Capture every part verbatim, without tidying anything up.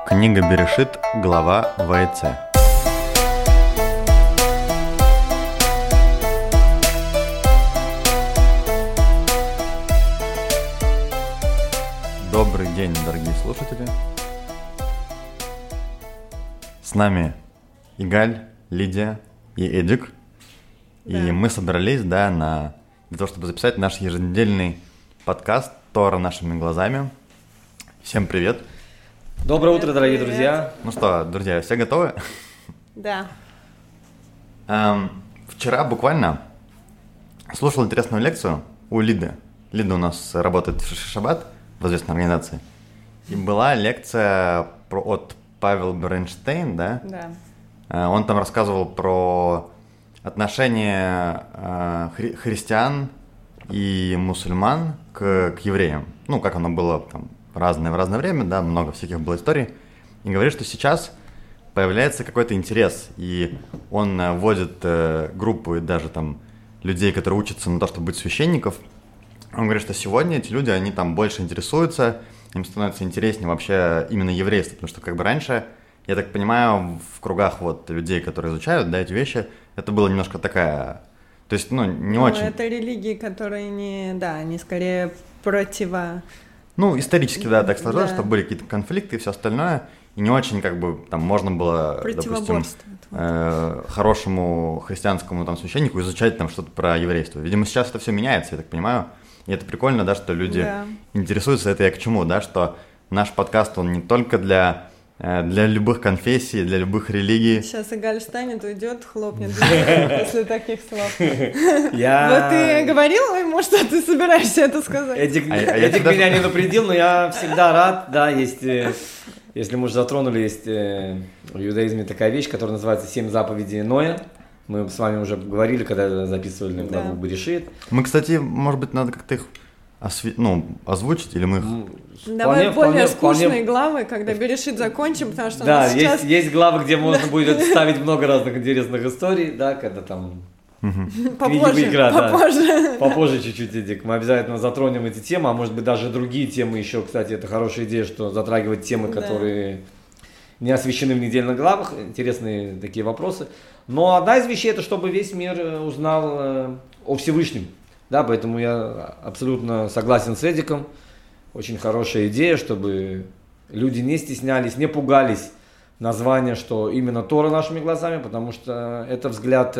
Книга Берешит, глава Ваэцэ. Добрый день, дорогие слушатели. С нами Игаль, Лидия и Эдик. Да. И мы собрались, да, на... для того, чтобы записать наш еженедельный подкаст «Тора нашими глазами». Всем привет! Доброе утро, дорогие привет. друзья! Ну что, друзья, все готовы? Да. Эм, вчера буквально слушал интересную лекцию у Лиды. Лида у нас работает в Шаббат, в известной организации. И была лекция про, от Павел Бернштейн, да? Да. Э, он там рассказывал про отношение э, хри- христиан и мусульман к, к евреям. Ну, как оно было там разное в разное время, да, много всяких было историй. И говорит, что сейчас появляется какой-то интерес, и он э, вводит э, группу и даже там людей, которые учатся на то, чтобы быть священников. Он говорит, что сегодня эти люди, они там больше интересуются, им становится интереснее вообще именно еврейство, потому что как бы раньше, я так понимаю, в кругах вот людей, которые изучают, да, эти вещи, это было немножко такая, то есть, ну, не ну, очень... это религии, которые не, да, они скорее противо... Ну, исторически, да, так сложилось, да. что были какие-то конфликты и все остальное, и не очень, как бы, там, можно было, допустим, э, хорошему христианскому там священнику изучать там что-то про еврейство. Видимо, сейчас это все меняется, я так понимаю, и это прикольно, да, что люди да. интересуются, это я к чему, да, что наш подкаст, он не только для... Для любых конфессий, для любых религий. Сейчас Игаль встанет, уйдет, хлопнет после таких слов. Я... Вот ты говорил ему, что ты собираешься это сказать. Эдик, а, а Эдик тебя... меня не напредил, но я всегда рад, да, есть, если мы уже затронули, есть в иудаизме такая вещь, которая называется «Семь заповедей Ноя». Мы с вами уже говорили, когда записывали главу да. Берешит. Мы, кстати, может быть, надо как-то их осве... ну, озвучить, или мы их... Давай вполне, более вполне, скучные вполне... главы, когда Берешит закончим, потому что да, у нас есть, сейчас... есть главы, где можно будет вставить много разных интересных историй, да, когда там... Попозже, игра, попозже. Да. Попозже чуть-чуть, Эдик. Мы обязательно затронем эти темы, а может быть даже другие темы еще. Кстати, это хорошая идея, что затрагивать темы, да. которые не освещены в недельных главах. Интересные такие вопросы. Но одна из вещей, это чтобы весь мир узнал о Всевышнем. Да, поэтому я абсолютно согласен с Эдиком. Очень хорошая идея, чтобы люди не стеснялись, не пугались названия, что именно Тора нашими глазами, потому что это взгляд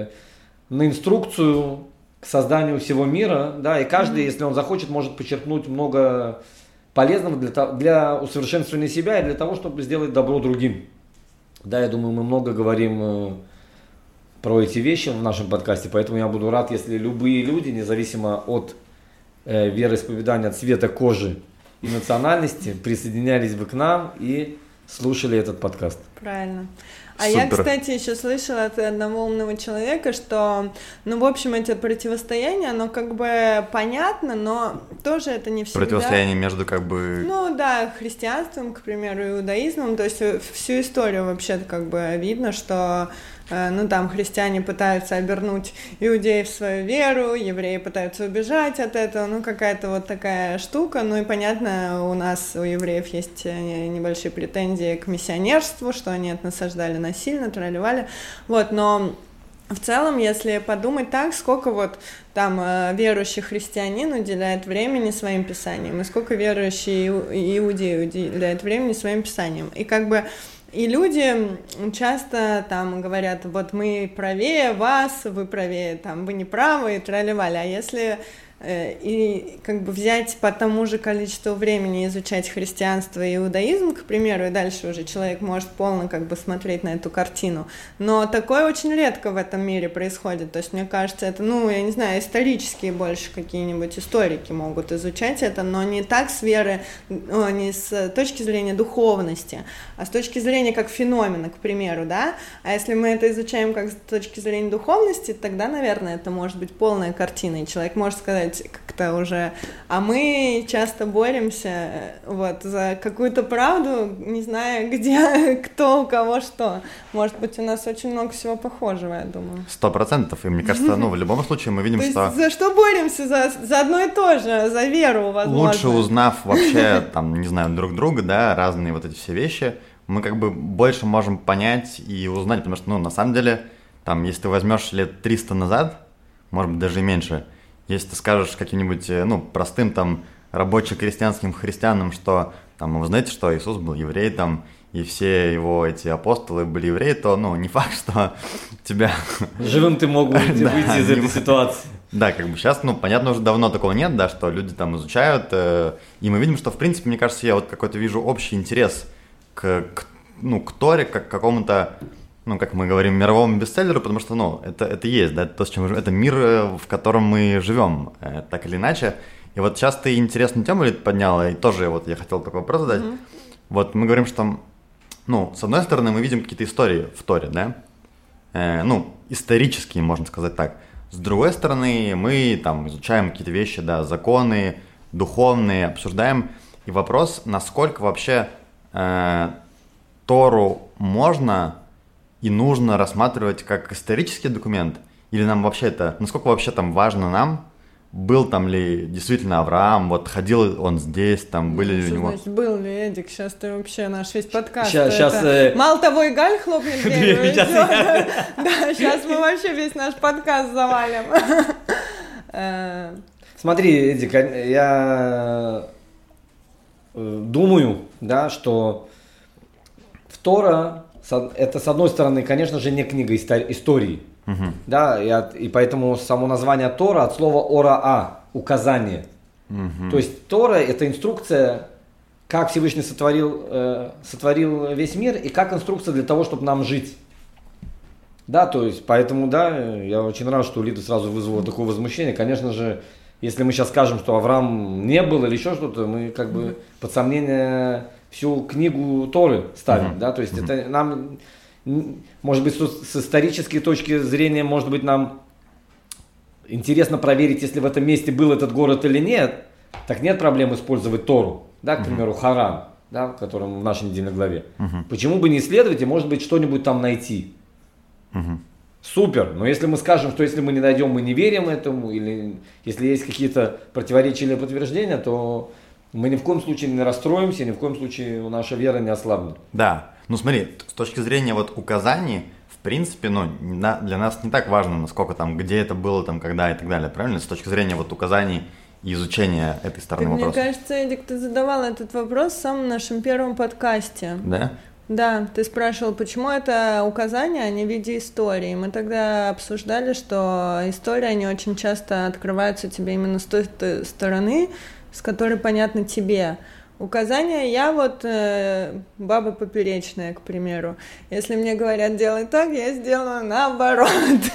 на инструкцию к созданию всего мира, да, и каждый, mm-hmm. если он захочет, может почерпнуть много полезного для, для усовершенствования себя и для того, чтобы сделать добро другим. Да, я думаю, мы много говорим про эти вещи в нашем подкасте, поэтому я буду рад, если любые люди, независимо от э, вероисповедания, цвета кожи и национальности, присоединялись бы к нам и слушали этот подкаст. Правильно. А Супер. я, кстати, еще слышала от одного умного человека, что, ну, в общем, это противостояние, оно как бы понятно, но тоже это не всегда... Противостояние между как бы... Ну, да, христианством, к примеру, иудаизмом, то есть всю историю вообще как бы видно, что... Ну, там христиане пытаются обернуть иудеев в свою веру, евреи пытаются убежать от этого, ну, какая-то вот такая штука. Ну, и понятно, у нас, у евреев есть небольшие претензии к миссионерству, что они это насаждали насильно, тролливали, вот, но... В целом, если подумать так, сколько вот там верующий христианин уделяет времени своим писаниям, и сколько верующий иудей уделяет времени своим писаниям. И как бы и люди часто там говорят, вот мы правее вас, вы правее, там, вы не правы, и тролливали. А если э, и как бы взять по тому же количеству времени изучать христианство и иудаизм, к примеру, и дальше уже человек может полно как бы смотреть на эту картину. Но такое очень редко в этом мире происходит. То есть, мне кажется, это, ну, я не знаю, исторические больше какие-нибудь историки могут изучать это, но не так с веры, ну, не с точки зрения духовности, а с точки зрения как феномена, к примеру, да, а если мы это изучаем как с точки зрения духовности, тогда, наверное, это может быть полная картина, и человек может сказать, делать как-то уже. А мы часто боремся вот за какую-то правду, не зная, где, кто, у кого что. Может быть, у нас очень много всего похожего, я думаю. Сто процентов. И мне кажется, ну, в любом случае мы видим, то что... есть за что боремся? За, за одно и то же, за веру, возможно. Лучше узнав вообще, там, не знаю, друг друга, да, разные вот эти все вещи, мы как бы больше можем понять и узнать, потому что, ну, на самом деле, там, если ты возьмешь лет триста назад, может быть, даже и меньше, если ты скажешь каким-нибудь, ну, простым, там, рабоче-крестьянским христианам, что, там, вы знаете, что Иисус был еврей, там, и все его эти апостолы были евреи, то, ну, не факт, что тебя... Живым ты мог выйти из этой ситуации. Да, как бы сейчас, ну, понятно, уже давно такого нет, да, что люди там изучают, и мы видим, что, в принципе, мне кажется, я вот какой-то вижу общий интерес К, к, ну, к Торе, как к какому-то, ну, как мы говорим, мировому бестселлеру, потому что, ну, это, это есть, да, это то, с чем мы живем, это мир, в котором мы живем, э, так или иначе. И вот сейчас ты интересную тему подняла, и тоже вот я хотел такой вопрос задать. Mm-hmm. Вот мы говорим, что, ну, с одной стороны, мы видим какие-то истории в Торе, да, э, ну, исторические, можно сказать так. С другой стороны, мы там изучаем какие-то вещи, да, законы, духовные, обсуждаем. И вопрос, насколько вообще... Тору можно и нужно рассматривать как исторический документ? Или нам вообще это, насколько вообще там важно нам, был там ли действительно Авраам, вот ходил он здесь, там были ли у него... Значит, был ли Эдик, сейчас ты вообще наш весь подкаст. Сейчас, сейчас, э... Мало того, и Галь хлопнет дверью. Да, сейчас мы вообще весь наш подкаст завалим. Смотри, Эдик, я... думаю, да, что Тора, это, с одной стороны, конечно же, не книга истории, uh-huh. да, и, от, и поэтому само название Тора от слова ора-а, указание. Uh-huh. То есть Тора – это инструкция, как Всевышний сотворил, э, сотворил весь мир, и как инструкция для того, чтобы нам жить. Да, то есть, поэтому, да, я очень рад, что Лида сразу вызвала такое возмущение. Конечно же, если мы сейчас скажем, что Авраам не был или еще что-то, мы как бы mm-hmm. под сомнение всю книгу Торы ставим, mm-hmm. да, то есть mm-hmm. это нам, может быть, с исторической точки зрения, может быть, нам интересно проверить, если в этом месте был этот город или нет, так нет проблем использовать Тору, да, к mm-hmm. примеру, Харан, да, в котором в нашей недельной главе. Mm-hmm. Почему бы не исследовать и, может быть, что-нибудь там найти? Mm-hmm. Супер, но если мы скажем, что если мы не найдем, мы не верим этому, или если есть какие-то противоречия или подтверждения, то мы ни в коем случае не расстроимся, ни в коем случае наша вера не ослабнет. Да, ну смотри, с точки зрения вот указаний, в принципе, ну, для нас не так важно, насколько там, где это было, там, когда и так далее, правильно? С точки зрения вот указаний и изучения этой стороны так, вопроса. Мне кажется, Эдик, ты задавал этот вопрос в самом нашем первом подкасте. Да? Да, ты спрашивал, почему это указания, а не в виде истории. Мы тогда обсуждали, что истории, они очень часто открываются тебе именно с той стороны, с которой понятно тебе. Указания, я вот э, баба поперечная, к примеру. Если мне говорят, делай так, я сделаю наоборот.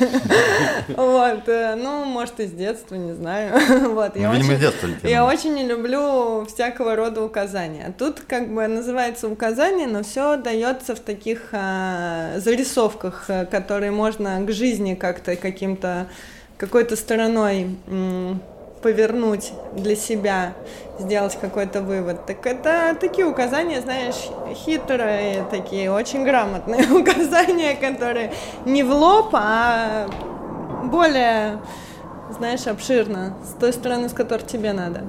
Вот, ну, может, из детства, не знаю. Вот, я очень не люблю всякого рода указания. Тут как бы называется указание, но все дается в таких зарисовках, которые можно к жизни как-то каким-то, какой-то стороной повернуть для себя, сделать какой-то вывод. Так это такие указания, знаешь, хитрые, такие очень грамотные указания, которые не в лоб, а более, знаешь, обширно, с той стороны, с которой тебе надо.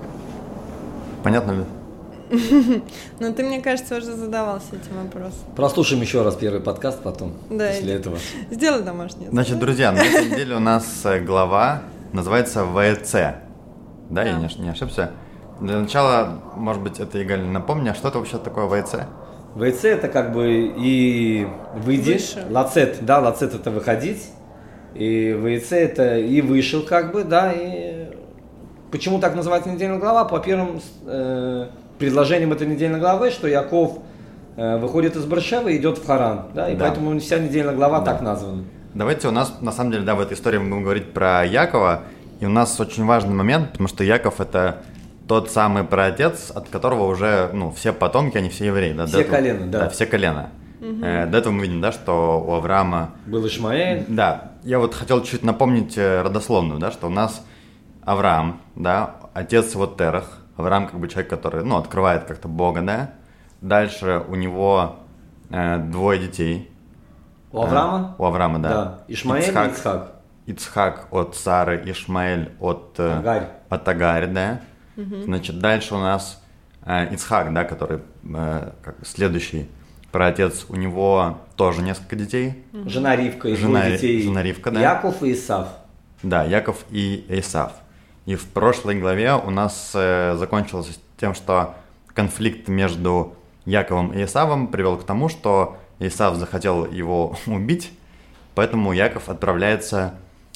Понятно ли? Ну, ты, мне кажется, уже задавался этим вопросом. Прослушаем еще раз первый подкаст потом, да, после этого. Сделай домашнее. Значит, друзья, на этой неделе у нас глава называется ВЭЦ. Да, да. Я не, не ошибся. Для начала, может быть, это Игаль, напомни, а что это вообще такое ВЭЦ? ВЭЦ это как бы и выйди, лацет, да, лацет это выходить, и ВЭЦ это и вышел как бы, да, и почему так называется недельная глава? По первым э, предложениям этой недельной главы, что Яков э, выходит из Бершевы и идет в Харан, да, и да. Поэтому вся недельная глава да. так названа. Давайте у нас, на самом деле, да, в этой истории мы будем говорить про Якова, и у нас очень важный момент, потому что Яков – это тот самый праотец, от которого уже, ну, все потомки, они все евреи. Да, все этого, колена, да. Да, все колена. Угу. Э, до этого мы видим, да, что у Авраама… Был Ишмаэль. Да, я вот хотел чуть напомнить родословную, да, что у нас Авраам, да, отец его Терах. Авраам как бы человек, который, ну, открывает как-то Бога, да. Дальше у него э, двое детей. У Авраама? Э, у Авраама, да. Да. Ишмаэль Ицхак, и Ицхак. Ицхак от Сары, Ишмаэль от, э, Агарь. от Агари, да. Угу. Значит, дальше у нас э, Ицхак, да, который э, как следующий праотец. У него тоже несколько детей. Угу. Жена Ривка и жена, двое детей. Жена Ривка, да. Яков и Исав. Да, Яков и Исав. И в прошлой главе у нас э, закончилось тем, что конфликт между Яковом и Исавом привел к тому, что Исав захотел его убить, поэтому Яков отправляется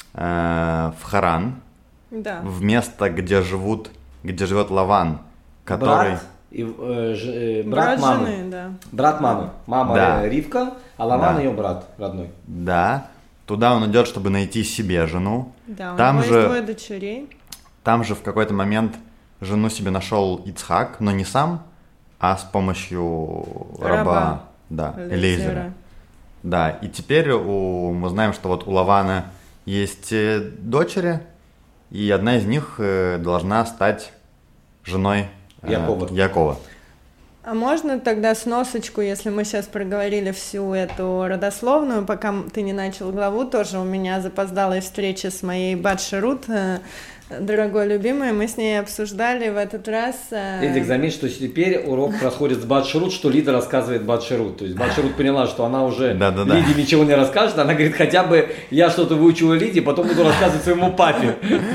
э, в Харан, да. в место, где живут, где живет Лаван, который... Брат, и, э, ж, э, брат, брат мамы. жены, да. Брат мамы. Мама да. Ривка, а Лаван да. ее брат родной. Да, туда он идет, чтобы найти себе жену. Да, у Там него же... есть двое дочерей. Там же в какой-то момент жену себе нашел Ицхак, но не сам, а с помощью раба, раба да, Элизера. Элизера. Да, и теперь у, мы знаем, что вот у Лавана есть дочери, и одна из них должна стать женой Якова. Э, Якова. А можно тогда сносочку, если мы сейчас проговорили всю эту родословную, пока ты не начал главу, тоже у меня запоздалая встреча с моей Бат-Шерут, дорогой любимой, мы с ней обсуждали в этот раз... Эдик, заметь, что теперь урок проходит с Бат-Шерут, что Лида рассказывает Бат-Шерут. То есть Бат-Шерут поняла, что она уже Да-да-да. Лиде ничего не расскажет, она говорит, хотя бы я что-то выучила Лиде, потом буду рассказывать своему папе.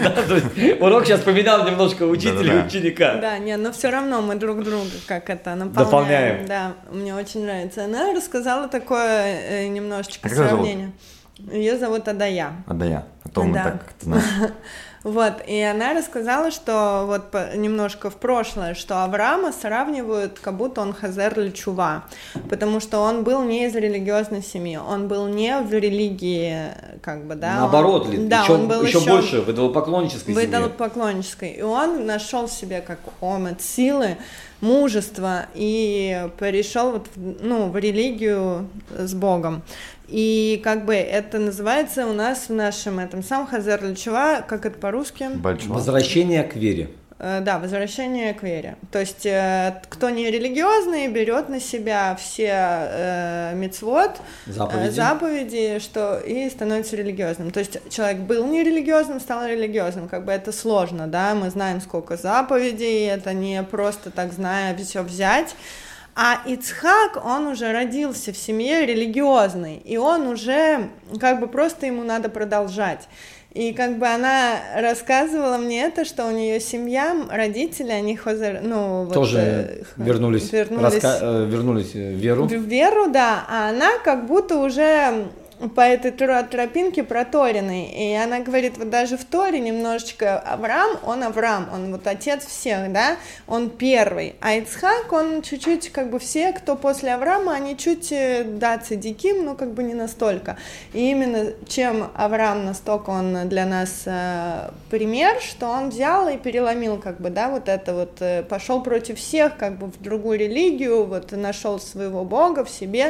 Урок сейчас поменял немножко учителя и ученика. Да, не, но все равно мы друг друга как это наполняем. Дополняем. Да, мне очень нравится. Она рассказала такое немножечко сравнение. Ее зовут Адая. Адая, а то мы Да. так как-то знаем. Вот, и она рассказала, что вот немножко в прошлое, что Авраама сравнивают, как будто он Хазер Лечува, потому что он был не из религиозной семьи, он был не в религии, как бы, да. Наоборот, он, да, еще, он был еще, еще больше в идолопоклоннической в семье. идолопоклоннической. И он нашел в себе как омет силы, мужества и перешел вот, ну, в религию с Богом. И как бы это называется у нас в нашем этом самом Хазер Лечува, как это по-русски? Большого. Возвращение к вере. Да, возвращение к вере. То есть, кто не религиозный, берет на себя все э, мицвот, заповеди. Э, заповеди, что и становится религиозным. То есть, человек был нерелигиозным, стал религиозным. Как бы это сложно, да, мы знаем, сколько заповедей, это не просто так, зная, все взять. А Ицхак, он уже родился в семье религиозной, и он уже, как бы, просто ему надо продолжать. И как бы она рассказывала мне это, что у нее семья, родители, они хозер, ну, вот, тоже э, вернулись, вернулись, раска... э, вернулись в веру. В веру, да, а она как будто уже по этой тропинке проторенной, и она говорит, вот даже в Торе немножечко Авраам, он Авраам, он вот отец всех, да, он первый, а Ицхак, он чуть-чуть, как бы все, кто после Авраама, они чуть, да, цадиким, но как бы не настолько, и именно чем Авраам настолько он для нас э, пример, что он взял и переломил, как бы, да, вот это вот, э, пошел против всех, как бы в другую религию, вот нашел своего Бога в себе,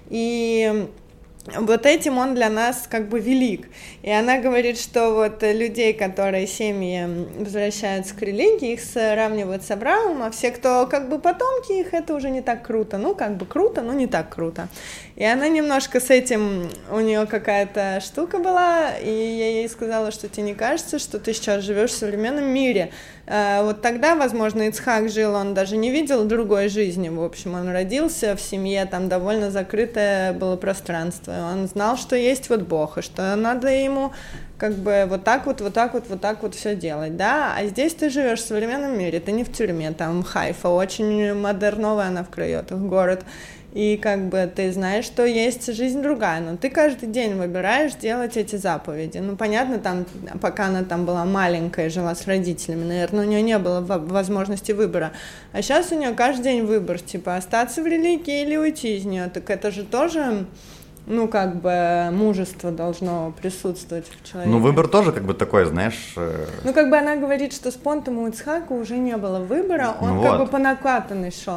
и вот этим он для нас как бы велик. И она говорит, что вот людей, которые семьи возвращаются к религии, их сравнивают с Авраамом, а все, кто как бы потомки их, это уже не так круто. Ну, как бы круто, но не так круто. И она немножко с этим, у нее какая-то штука была, и я ей сказала, что тебе не кажется, что ты сейчас живешь в современном мире. Вот тогда, возможно, Ицхак жил, он даже не видел другой жизни, в общем, он родился в семье, там довольно закрытое было пространство, он знал, что есть вот Бог, и что надо ему как бы вот так вот, вот так вот, вот так вот все делать, да, а здесь ты живешь в современном мире, ты не в тюрьме, там Хайфа, очень модерновая она в Крайотах, город, и как бы ты знаешь, что есть жизнь другая, но ты каждый день выбираешь делать эти заповеди. Ну, понятно, там, пока она там была маленькая, жила с родителями, наверное, у нее не было возможности выбора. А сейчас у нее каждый день выбор, типа, остаться в религии или уйти из нее. Так это же тоже, ну, как бы, мужество должно присутствовать в человеке. Ну, выбор тоже как бы такой, знаешь... Ну, как бы она говорит, что с понтом у Ицхака уже не было выбора, он ну как вот. бы по накатанной шел.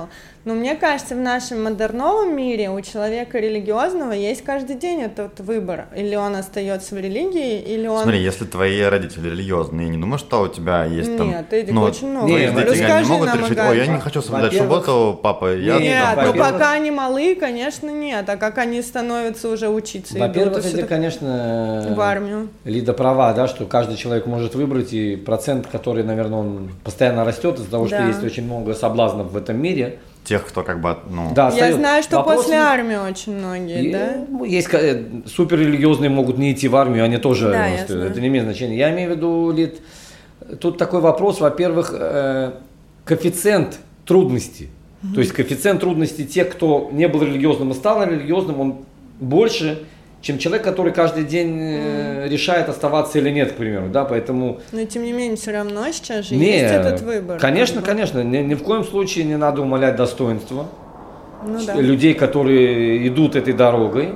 Но мне кажется, в нашем модерновом мире у человека религиозного есть каждый день этот выбор. Или он остается в религии, или он... Смотри, если твои родители религиозные, не думаю, что у тебя есть там... Нет, Эдик, ну, очень много. Твои дети не могут нам, решить, Агафья. ой, я не хочу соблюдать субботу, папа, я... Нет, там, ну во-первых... пока они малы, конечно, нет. А как они становятся уже учиться? Во-первых, идут, это, так... конечно, в армию. Лида права, да, что каждый человек может выбрать, и процент, который, наверное, он постоянно растет из-за того, Да. что есть очень много соблазнов в этом мире. Тех, кто как бы, ну... Да, Я остается. знаю, что Вопрос после не- армии очень многие, И, да? ну, есть э, суперрелигиозные могут не идти в армию, они тоже Да, э, я знаю. это не имеет значения. Я имею в виду, Лид, тут такой вопрос, во-первых, э, коэффициент трудности. Mm-hmm. То есть коэффициент трудности тех, кто не был религиозным и стал религиозным, он больше, чем человек, который каждый день э, mm. решает, оставаться или нет, к примеру, да, поэтому... Но тем не менее, все равно сейчас же Не, есть этот выбор. Конечно, как бы. конечно, ни, ни в коем случае не надо умалять достоинства Ну, да. людей, которые идут этой дорогой,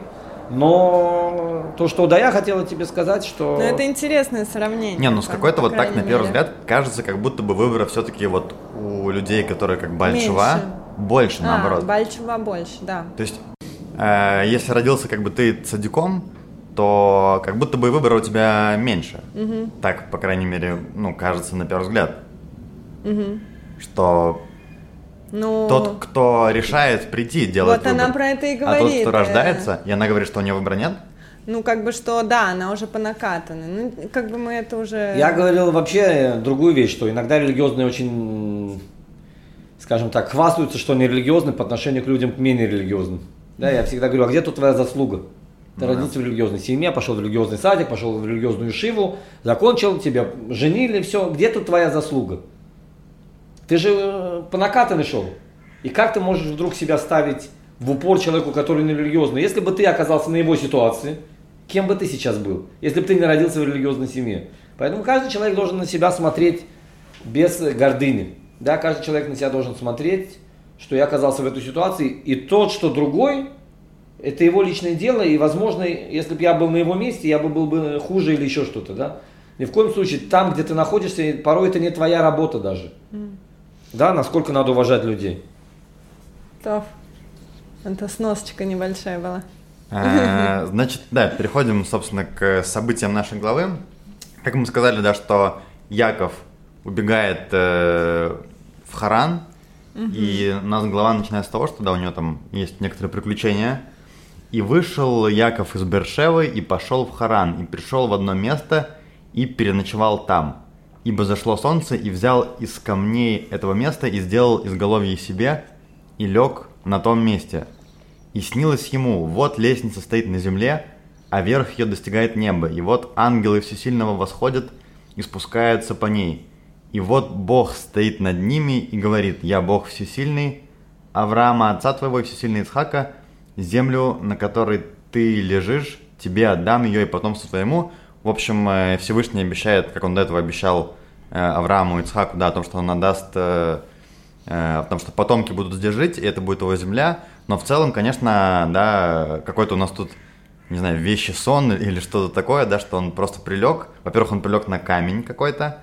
но то, что да, я хотела тебе сказать, что... Но это интересное сравнение. Не, ну с по- какой-то по вот так, крайней на первый мере. взгляд, кажется, как будто бы выбора все-таки вот у людей, которые как большева, Меньше. больше, А, наоборот. большего больше, да. То есть, э, если родился как бы ты цадиком, то как будто бы выбора у тебя меньше. Угу. Так, по крайней мере, ну, кажется на первый взгляд. Угу. Что Ну, тот, кто решает прийти, делать вот она выбор. про это и А тот, говорит. кто э, рождается, и она говорит, что у нее выбора нет, Ну, как бы что, да, она уже по накатанной. Ну, как бы мы это уже... Я говорил вообще другую вещь, что иногда религиозные очень, скажем так, хвастаются, что они религиозны по отношению к людям менее религиозным. Да, я всегда говорю, а где тут твоя заслуга? Ты Ну, родился в религиозной семье, пошел в религиозный садик, пошел в религиозную шиву, закончил, тебя женили, все. Где тут твоя заслуга? Ты же э, по накатанной шел. И как ты можешь вдруг себя ставить в упор человеку, который не религиозный? Если бы ты оказался на его ситуации, кем бы ты сейчас был, если бы ты не родился в религиозной семье? Поэтому каждый человек должен на себя смотреть без гордыни. Да, каждый человек на себя должен смотреть, что я оказался в этой ситуации, и тот, что другой, это его личное дело, и, возможно, если бы я был на его месте, я бы был бы хуже или еще что-то, да. Ни в коем случае, там, где ты находишься, порой это не твоя работа даже. Mm. Да, насколько надо уважать людей. Топ. Это сносочка небольшая была. А, значит, да, переходим, собственно, к событиям нашей главы. Как мы сказали, да, что Яков убегает э, в Харан, угу. И у нас глава начинается с того, что да, у него там есть некоторые приключения. И вышел Яков из Бершевы и пошел в Харан, и пришел в одно место и переночевал там. Ибо зашло солнце, и взял из камней этого места и сделал изголовье себе, и лег на том месте. И снилось ему, вот лестница стоит на земле, а верх ее достигает неба, и вот ангелы Всесильного восходят и спускаются по ней. И вот Бог стоит над ними и говорит, я Бог Всесильный, Авраама, отца твоего, и Всесильный Ицхака, землю, на которой ты лежишь, тебе отдам ее и потомству твоему. В общем, Всевышний обещает, как он до этого обещал Аврааму и Ицхаку, да, о том, что он отдаст, о том, что потомки будут здесь жить, и это будет его земля. Но в целом, конечно, да, какой-то у нас тут, не знаю, вещий сон или что-то такое, да, что он просто прилег. Во-первых, он прилег на камень какой-то,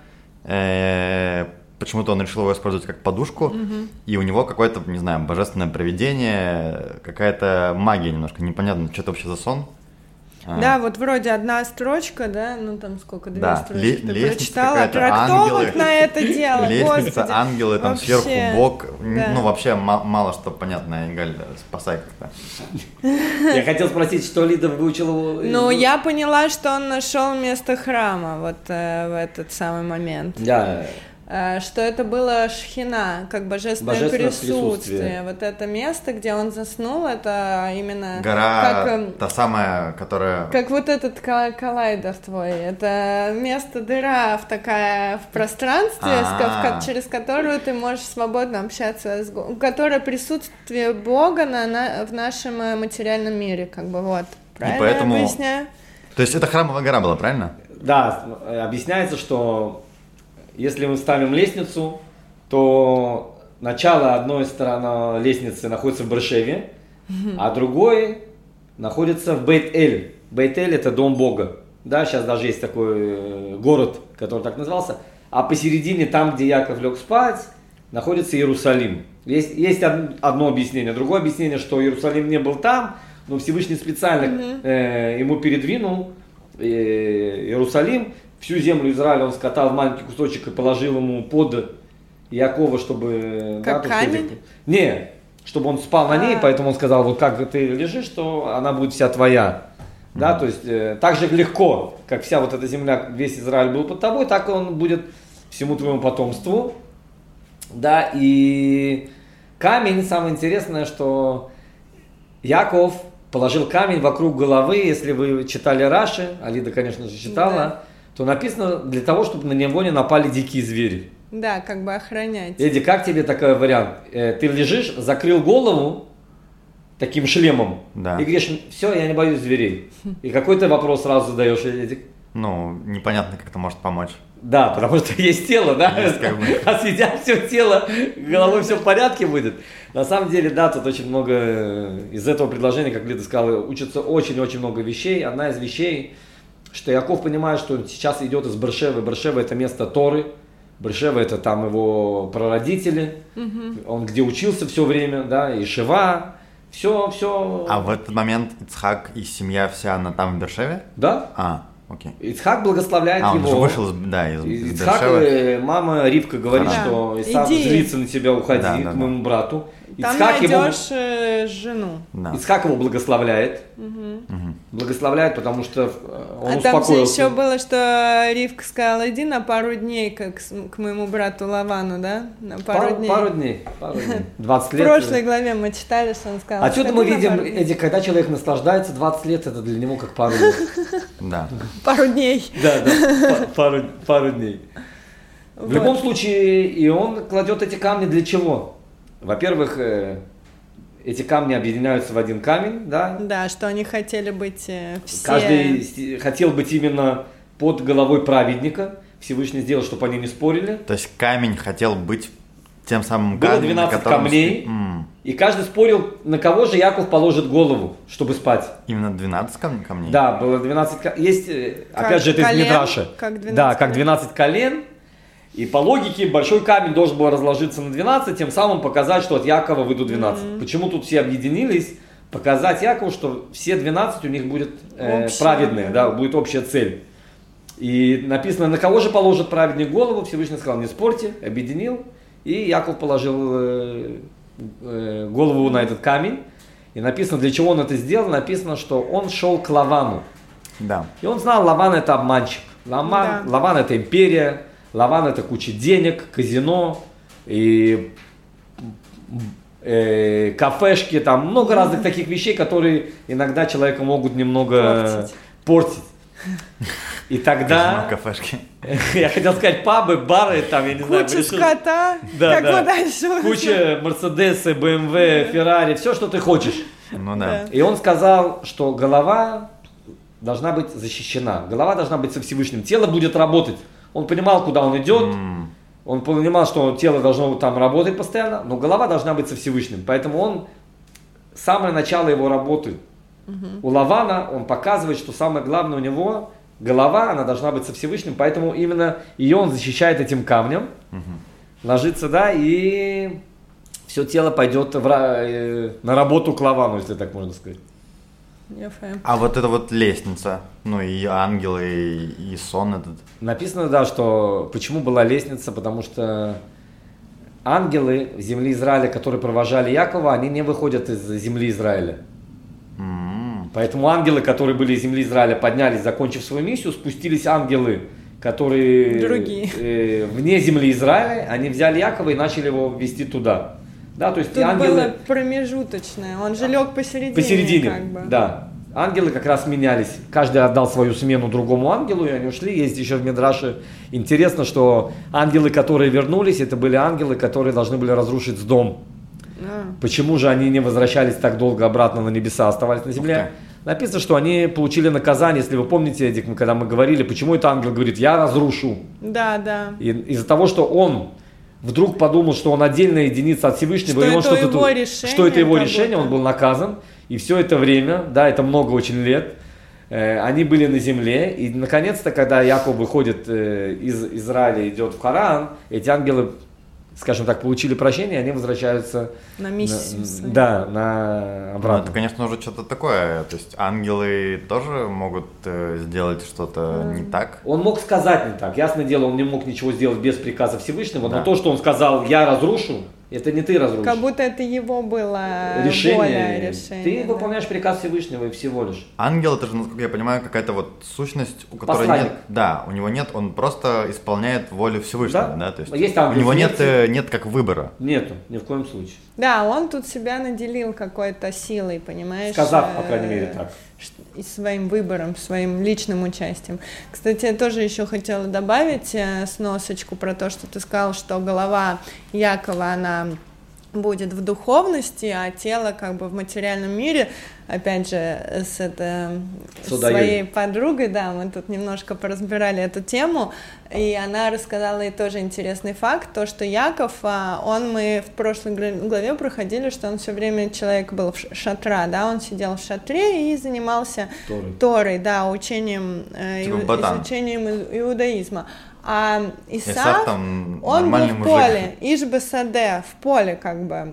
почему-то он решил его использовать как подушку, mm-hmm. И у него какое-то, не знаю, божественное провидение, какая-то магия немножко, непонятно, что это вообще за сон. Да, а. вот вроде одна строчка, да, ну там сколько, две да. строчки Ле- ты прочитала, какая-то, трактовок ангелы, на это дело, лестница, господи. ангелы, там Вообще, сверху Бог, да. Ну вообще м- мало что понятно, Игаль, спасай как-то. Я хотел спросить, что Лида выучила? Ну, я поняла, что он нашел место храма вот э, в этот самый момент. Да. Э, что это было Шхина, как божественное, Божественное присутствие. присутствие. Вот это место, где он заснул, это именно Гора, как, э, та самая, которая... как вот этот кол- коллайдер твой. Это место дыра в такая в пространстве, с ко- в ко- через которую ты можешь свободно общаться с Богом, которое присутствие Бога на, на, в нашем э, материальном мире, как бы вот. Правильно поэтому- я объясняю? То есть это храмовая гора была, правильно? Да, объясняется, что если мы ставим лестницу, то начало одной стороны лестницы находится в Бершеве, mm-hmm. а другой находится в Бейт-Эль. Бейт-Эль – это дом Бога. Да, сейчас даже есть такой город, который так назывался. А посередине, там, где Яков лег спать, находится Иерусалим. Есть, есть одно объяснение. Другое объяснение, что Иерусалим не был там, но Всевышний специально mm-hmm. э, ему передвинул э, Иерусалим. Всю землю Израиля он скатал в маленький кусочек и положил ему под Якова, чтобы... Как да, камень? Чтобы, не, чтобы он спал на ней, а. Поэтому он сказал, вот как ты лежишь, то она будет вся твоя. Mm-hmm. Да, то есть э, так же легко, как вся вот эта земля, весь Израиль был под тобой, так он будет всему твоему потомству. Да, и камень, самое интересное, что Яков положил камень вокруг головы, если вы читали Раши, Алида, конечно же, читала, да. То написано для того, чтобы на него не напали дикие звери. Да, как бы охранять. Эдди, как тебе такой вариант? Ты лежишь, закрыл голову таким шлемом, да. И говоришь, все, я не боюсь зверей. И какой ты вопрос сразу задаешь, Эдди? Ну, непонятно, как это может помочь. Да, потому что есть тело, да? Есть, как бы. А съедят все тело, головой все в порядке будет. На самом деле, да, тут очень много из этого предложения, как Лида сказала, учатся очень-очень много вещей. Одна из вещей, что Яков понимает, что он сейчас идет из Бершевы. Бершева — это место Торы. Бершева — это там его прародители. Угу. Он где учился все время, да, и Шива. Все, все. А в этот момент Ицхак и семья вся, она там в Бершеве? Да. А. Okay. Ицхак благословляет а, его. Он же вышел, да, из, из Ицхак, Бершевы. Мама Ривка говорит, да. что Исав Иди. злится на тебя, уходи да, к да, моему да. брату. Там Ицхак найдешь его, жену. Да. Ицхак его благословляет. Угу. Угу. Благословляет, потому что он а успокоился. там же еще было, что Ривка сказала, иди на пару дней к, к моему брату Лавану, да? На пару, пару дней. Пару дней. Пару дней. двадцать лет. В прошлой главе мы читали, что он сказал. Отсюда мы видим, Эдди, когда человек наслаждается, двадцать лет, это для него как пару лет. Да. Пару дней. Да, да, пару, пару дней. В любом случае, и он кладет эти камни для чего? Во-первых, эти камни объединяются в один камень, да? Да, что они хотели быть все... Каждый хотел быть именно под головой праведника. Всевышний сделал, чтобы они не спорили. То есть камень хотел быть тем самым Было камнем, двенадцать которым... камней, mm. и каждый спорил, на кого же Яков положит голову, чтобы спать. Именно двенадцать камней? камней? Да, было двенадцать камней. Есть, как опять же, это колен, из Мидраша. Как двенадцать да, как двенадцать колен. И по логике большой камень должен был разложиться на двенадцать, тем самым показать, что от Якова выйдут двенадцать. Mm-hmm. Почему тут все объединились? Показать Якову, что все двенадцать у них будет э, праведные, да, будет общая цель. И написано, на кого же положит праведник голову, Всевышний сказал, не спорьте, объединил. И Яков положил э, э, голову на этот камень. И написано, для чего он это сделал, написано, что он шел к Лавану. Да. И он знал, Лаван это обманщик. Лаван, да. Лаван это империя. Лаван это куча денег, казино, и э, кафешки, там много разных таких вещей, которые иногда человека могут немного портить. портить. И тогда... Казино, кафешки. Я хотел сказать пабы, бары, там, я не знаю. Куча скота, да, как да. бы дальше. Куча Мерседесы, бэ эм вэ, Феррари, все, что ты хочешь. Ну да. И он сказал, что голова должна быть защищена, голова должна быть со Всевышним, тело будет работать. Он понимал, куда он идет, mm. он понимал, что тело должно там работать постоянно, но голова должна быть со Всевышним. Поэтому он, самое начало его работы mm-hmm. у Лавана, он показывает, что самое главное у него, голова, она должна быть со Всевышним, поэтому именно ее он защищает этим камнем, mm-hmm. ложится, да, и все тело пойдет в, на работу к Лавану, если так можно сказать. А вот эта вот лестница, ну и ангелы, и, и сон этот. Написано, да, что почему была лестница, потому что ангелы земли Израиля, которые провожали Якова, они не выходят из земли Израиля. Mm-hmm. Поэтому ангелы, которые были из земли Израиля, поднялись, закончив свою миссию, спустились ангелы, которые Другие. Э, вне земли Израиля, они взяли Якова и начали его вести туда. Да, то есть Тут ангелы... было промежуточное, он же лег посередине. Посередине, как бы. Да. Ангелы как раз менялись. Каждый отдал свою смену другому ангелу, и они ушли. Есть еще в Мидраше интересно, что ангелы, которые вернулись, это были ангелы, которые должны были разрушить дом. А. Почему же они не возвращались так долго обратно на небеса, оставались на земле? Okay. Написано, что они получили наказание. Если вы помните, Эдик, когда мы говорили, почему этот ангел говорит, я разрушу. Да, да. И, из-за того, что он вдруг подумал, что он отдельная единица от Всевышнего, что и он это что-то его решение, что это его решение, будто. Он был наказан. И все это время, да, это много очень лет, э, они были на земле. И наконец-то, когда Яков выходит э, из Израиля, идет в Харан, эти ангелы скажем так, получили прощение, они возвращаются на миссию. На, да, на обратно. Ну, это, конечно, уже что-то такое. То есть ангелы тоже могут э, сделать что-то mm. не так. Он мог сказать не так. Ясное дело, он не мог ничего сделать без приказа Всевышнего, да. но то, что он сказал, я разрушу, это не ты разрушишь. Как будто это его было решение. Воля, решение. Ты да. выполняешь приказ Всевышнего и всего лишь. Ангел, это же, насколько я понимаю, какая-то вот сущность, у которой Посланник. нет. Да, у него нет, он просто исполняет волю Всевышнего, да, да? То есть, есть у него нет, нет как выбора. Нету, ни в коем случае. Да, он тут себя наделил какой-то силой, понимаешь? Сказав, по крайней мере, так. И своим выбором, своим личным участием. Кстати, я тоже еще хотела добавить сносочку про то, что ты сказал, что голова Якова, она будет в духовности, а тело как бы в материальном мире. Опять же, с это, своей подругой, да, мы тут немножко поразбирали эту тему, и она рассказала ей тоже интересный факт, то, что Яков, он, мы в прошлой главе проходили, что он все время, человек был в шатра, да, он сидел в шатре и занимался Торой, Торой да, учением, типа изучением иудаизма. А Исав, Исав там он был в мужик. поле, Ишбе-Саде, в поле как бы.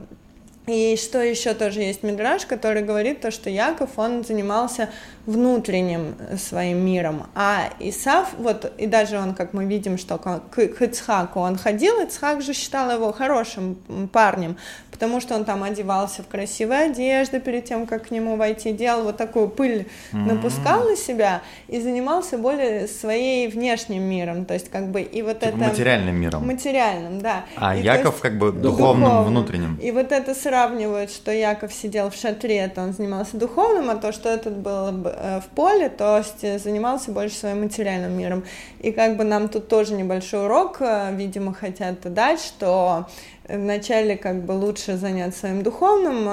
И что еще тоже есть мидраш, который говорит то, что Яков, он занимался внутренним своим миром, а Исав, вот, и даже он, как мы видим, что к, к Ицхаку он ходил, Ицхак же считал его хорошим парнем, потому что он там одевался в красивые одежды перед тем, как к нему войти, делал вот такую пыль, mm-hmm. напускал на себя и занимался более своей внешним миром, то есть как бы и вот типа это... материальным миром. Материальным, да. А и Яков есть, как бы духовным, духовным, внутренним. И вот это сравнивают, что Яков сидел в шатре, это он занимался духовным, а то, что этот был в поле, то есть занимался больше своим материальным миром. И как бы нам тут тоже небольшой урок, видимо, хотят дать, что вначале как бы лучше заняться своим духовным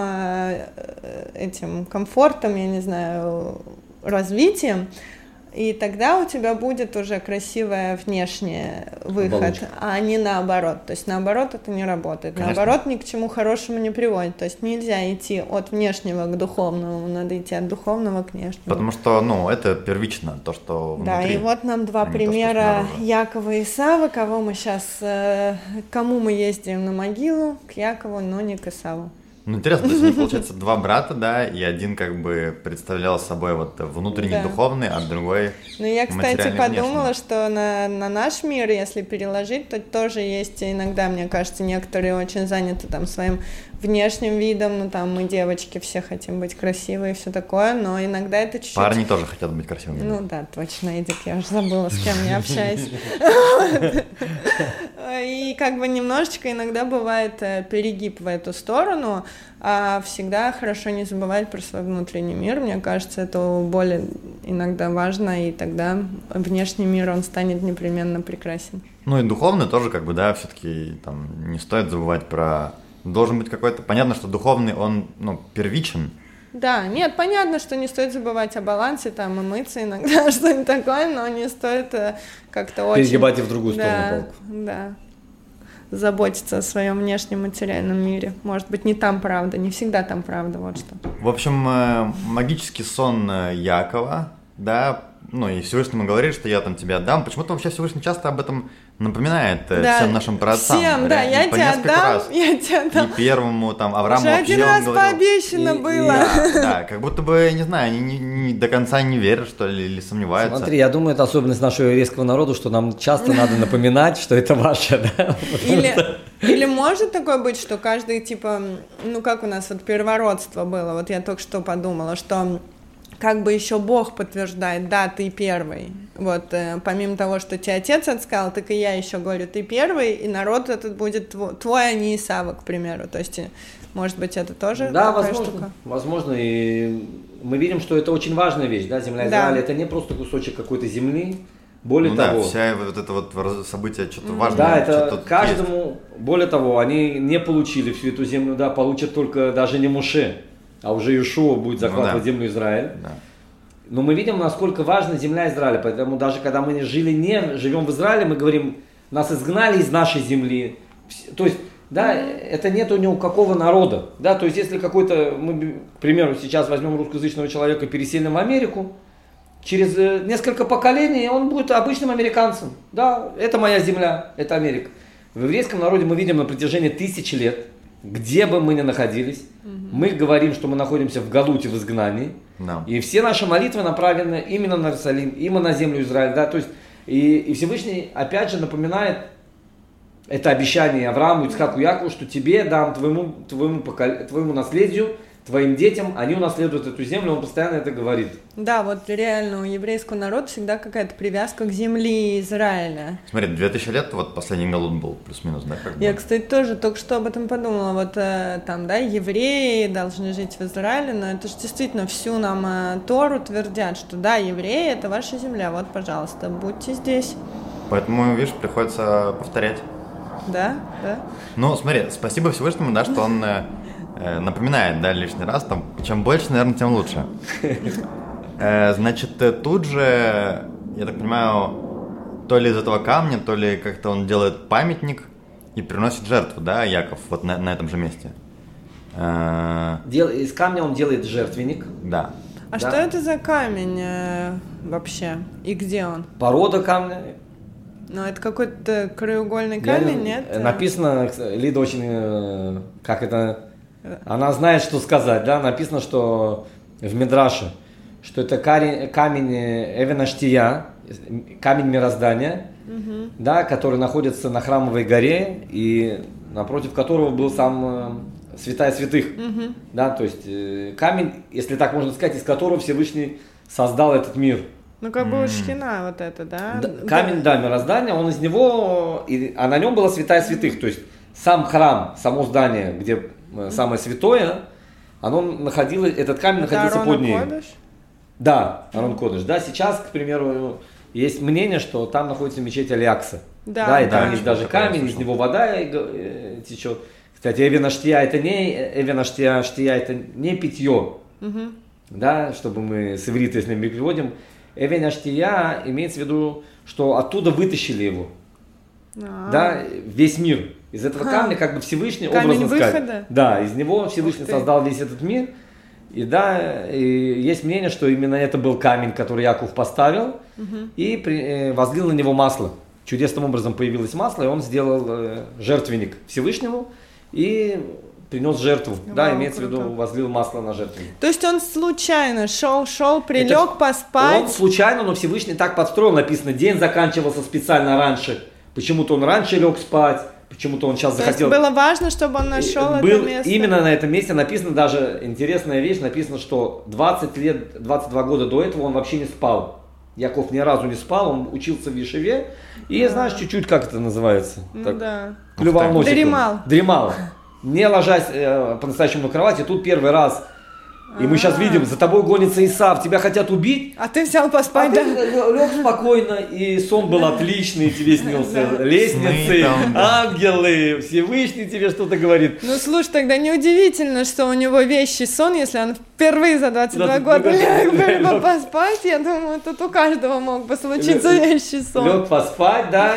этим комфортом, я не знаю, развитием, и тогда у тебя будет уже красивый внешний выход, оболочка. А не наоборот. То есть наоборот это не работает. Конечно. Наоборот ни к чему хорошему не приводит. То есть нельзя идти от внешнего к духовному, надо идти от духовного к внешнему. Потому что, ну, это первично, то, что внутри. Да, и вот нам два примера то, Якова и Исава, кого мы сейчас, кому мы ездим на могилу, к Якову, но не к Исаву. Ну, интересно, то есть они, получается, два брата, да, и один как бы представлял собой вот внутренний да. духовный, а другой Ну, я, кстати, подумала, внешний. Что на, на наш мир, если переложить, то тоже есть иногда, мне кажется, некоторые очень заняты там своим внешним видом, ну, там, мы, девочки, все хотим быть красивые и все такое, но иногда это чуть-чуть... Парни тоже хотят быть красивыми. Ну, да, точно, Эдик, я уже забыла, с кем я общаюсь. И как бы немножечко иногда бывает перегиб в эту сторону, а всегда хорошо не забывать про свой внутренний мир, мне кажется, это более иногда важно, и тогда внешний мир, он станет непременно прекрасен. Ну и духовный тоже, как бы, да, все-таки там не стоит забывать про... Должен быть какой-то... Понятно, что духовный, он, ну, первичен. Да, нет, понятно, что не стоит забывать о балансе, там, и мыться иногда, что-нибудь такое, но не стоит как-то очень... Перегибать и в другую да, сторону палку. Да, заботиться о своем внешнем материальном мире. Может быть, не там правда, не всегда там правда, вот что. В общем, магический сон Якова, да, ну и Всевышнему говорит, что я там тебя отдам. Почему-то вообще Всевышний часто об этом напоминает да, всем нашим праотцам. Всем, да, я тебя отдам, раз. я тебя отдам. И первому, там, Аврааму уже один раз говорил, пообещано и, было. И, да, да, как будто бы, не знаю, они не, не, до конца не верят, что ли, или сомневаются. Смотри, я думаю, это особенность нашего еврейского народа, что нам часто надо напоминать, что это ваше, да. Или, или может такое быть, что каждый, типа, ну как у нас вот первородство было, вот я только что подумала, что... как бы еще Бог подтверждает, да, ты первый. Вот, э, помимо того, что тебе отец отсказал, так и я еще говорю, ты первый, и народ этот будет твой, твой а не Исава, к примеру. То есть, может быть, это тоже да, такая возможно, штука? возможно, и мы видим, что это очень важная вещь, да, земля Израиля, да. Это не просто кусочек какой-то земли, более ну того... да, вся вот это вот событие, что-то важное. Да, это каждому, есть. Более того, они не получили всю эту землю, да, получат только даже не Моше, а уже Иешуа будет захватывать ну, да. землю Израиля. Да. Но мы видим, насколько важна земля Израиля, поэтому даже когда мы жили не, живем в Израиле, мы говорим, нас изгнали из нашей земли. То есть, да, это нету ни у какого народа. Да, то есть, если какой-то, мы, к примеру, сейчас возьмем русскоязычного человека, переселим в Америку, через несколько поколений он будет обычным американцем. Да, это моя земля, это Америка. В еврейском народе мы видим на протяжении тысяч лет, где бы мы ни находились, угу. мы говорим, что мы находимся в галуте, в изгнании, no. и все наши молитвы направлены именно на Иерусалим, именно на землю Израиля, да, то есть и, и Всевышний опять же напоминает это обещание Аврааму, Ицхаку, Якову, что тебе дам, твоему, твоему, покол... твоему наследию, твоим детям, они унаследуют эту землю, он постоянно это говорит. Да, вот реально у еврейского народа всегда какая-то привязка к земле Израиля. Смотри, две тысячи лет, вот последний галут был, плюс-минус, да? Как Я, бы. кстати, тоже только что об этом подумала. Вот э, там, да, евреи должны жить в Израиле, но это же действительно всю нам э, Тору твердят, что да, евреи — это ваша земля, вот, пожалуйста, будьте здесь. Поэтому, видишь, приходится повторять. Да, да. Ну, смотри, спасибо Всевышнему, да, что он... Э, напоминает, да, лишний раз, там, чем больше, наверное, тем лучше. Значит, тут же, я так понимаю, то ли из этого камня, то ли как-то он делает памятник и приносит жертву, да, Яков, вот на, на этом же месте. Дел, из камня он делает жертвенник. Да. А да. что это за камень э, вообще? И где он? Порода камня. Ну, это какой-то краеугольный камень, я, нет? Написано, Лида очень, как это... Она знает, что сказать, да, написано, что в Мидраше, что это камень Эвен-Аштия, камень мироздания, угу. да, который находится на Храмовой горе и напротив которого был сам Святая Святых, угу. да, то есть камень, если так можно сказать, из которого Всевышний создал этот мир. Ну, как бы Шхина вот это, да? да камень, да, мироздания, он из него, а на нем была Святая Святых, то есть сам храм, само здание, где самое святое, оно находилось, этот камень находился это под ней. Кодыш? Да, Арон Кодыш. Да, сейчас, к примеру, есть мнение, что там находится мечеть Аль-Акса. Да, да, и да, там есть даже камень, из него вода течет. Кстати, Эвен Аштия это не Эвен Аштия, Аштия это не питье. Угу. Да, чтобы мы с иврита, если мы переводим. Эвен Аштия имеется в виду, что оттуда вытащили его. А-а-а. Да, весь мир. Из этого камня как бы Всевышний, камень образно выхода? сказать, да, из него Всевышний создал весь этот мир. И да, и есть мнение, что именно это был камень, который Яков поставил, угу. и при, э, возлил на него масло. Чудесным образом появилось масло, и он сделал э, жертвенник Всевышнему и принес жертву. Вау, да, имеется круто. В виду, возлил масло на жертвенник. То есть он случайно шел, шел, прилег это, поспать? Он случайно, но Всевышний так подстроил, написано, день заканчивался специально раньше. Почему-то он раньше лег спать. Почему-то он сейчас То захотел... есть было важно, чтобы он нашел был, это место? Именно на этом месте написано даже интересная вещь, написано, что двадцать лет, двадцать два года до этого он вообще не спал. Яков ни разу не спал, он учился в Ешиве, и да. знаешь, чуть-чуть, как это называется? Ну, так, да. Клювал носиком. Дремал. Дремал. Не ложась э, по-настоящему на кровати, тут первый раз. И мы сейчас видим, за тобой гонится Исав, тебя хотят убить. А ты взял поспать, а да? Ты лег спокойно, и сон был отличный, тебе снился лестницы, ангелы, Всевышний тебе что-то говорит. Ну слушай, тогда неудивительно, что у него вещий сон, если он впервые за двадцать два года лег бы поспать, я думаю, тут у каждого мог бы случиться вещий сон. Лег поспать, да,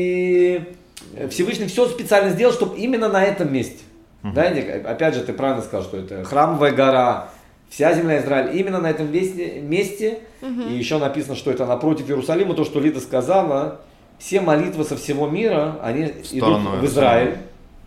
и Всевышний все специально сделал, чтобы именно на этом месте. Да, опять же, ты правильно сказал, что это Храмовая гора, вся земля Израиля, именно на этом месте, месте. Угу. И еще написано, что это напротив Иерусалима, то, что Лида сказала, все молитвы со всего мира, они в идут в Израиль.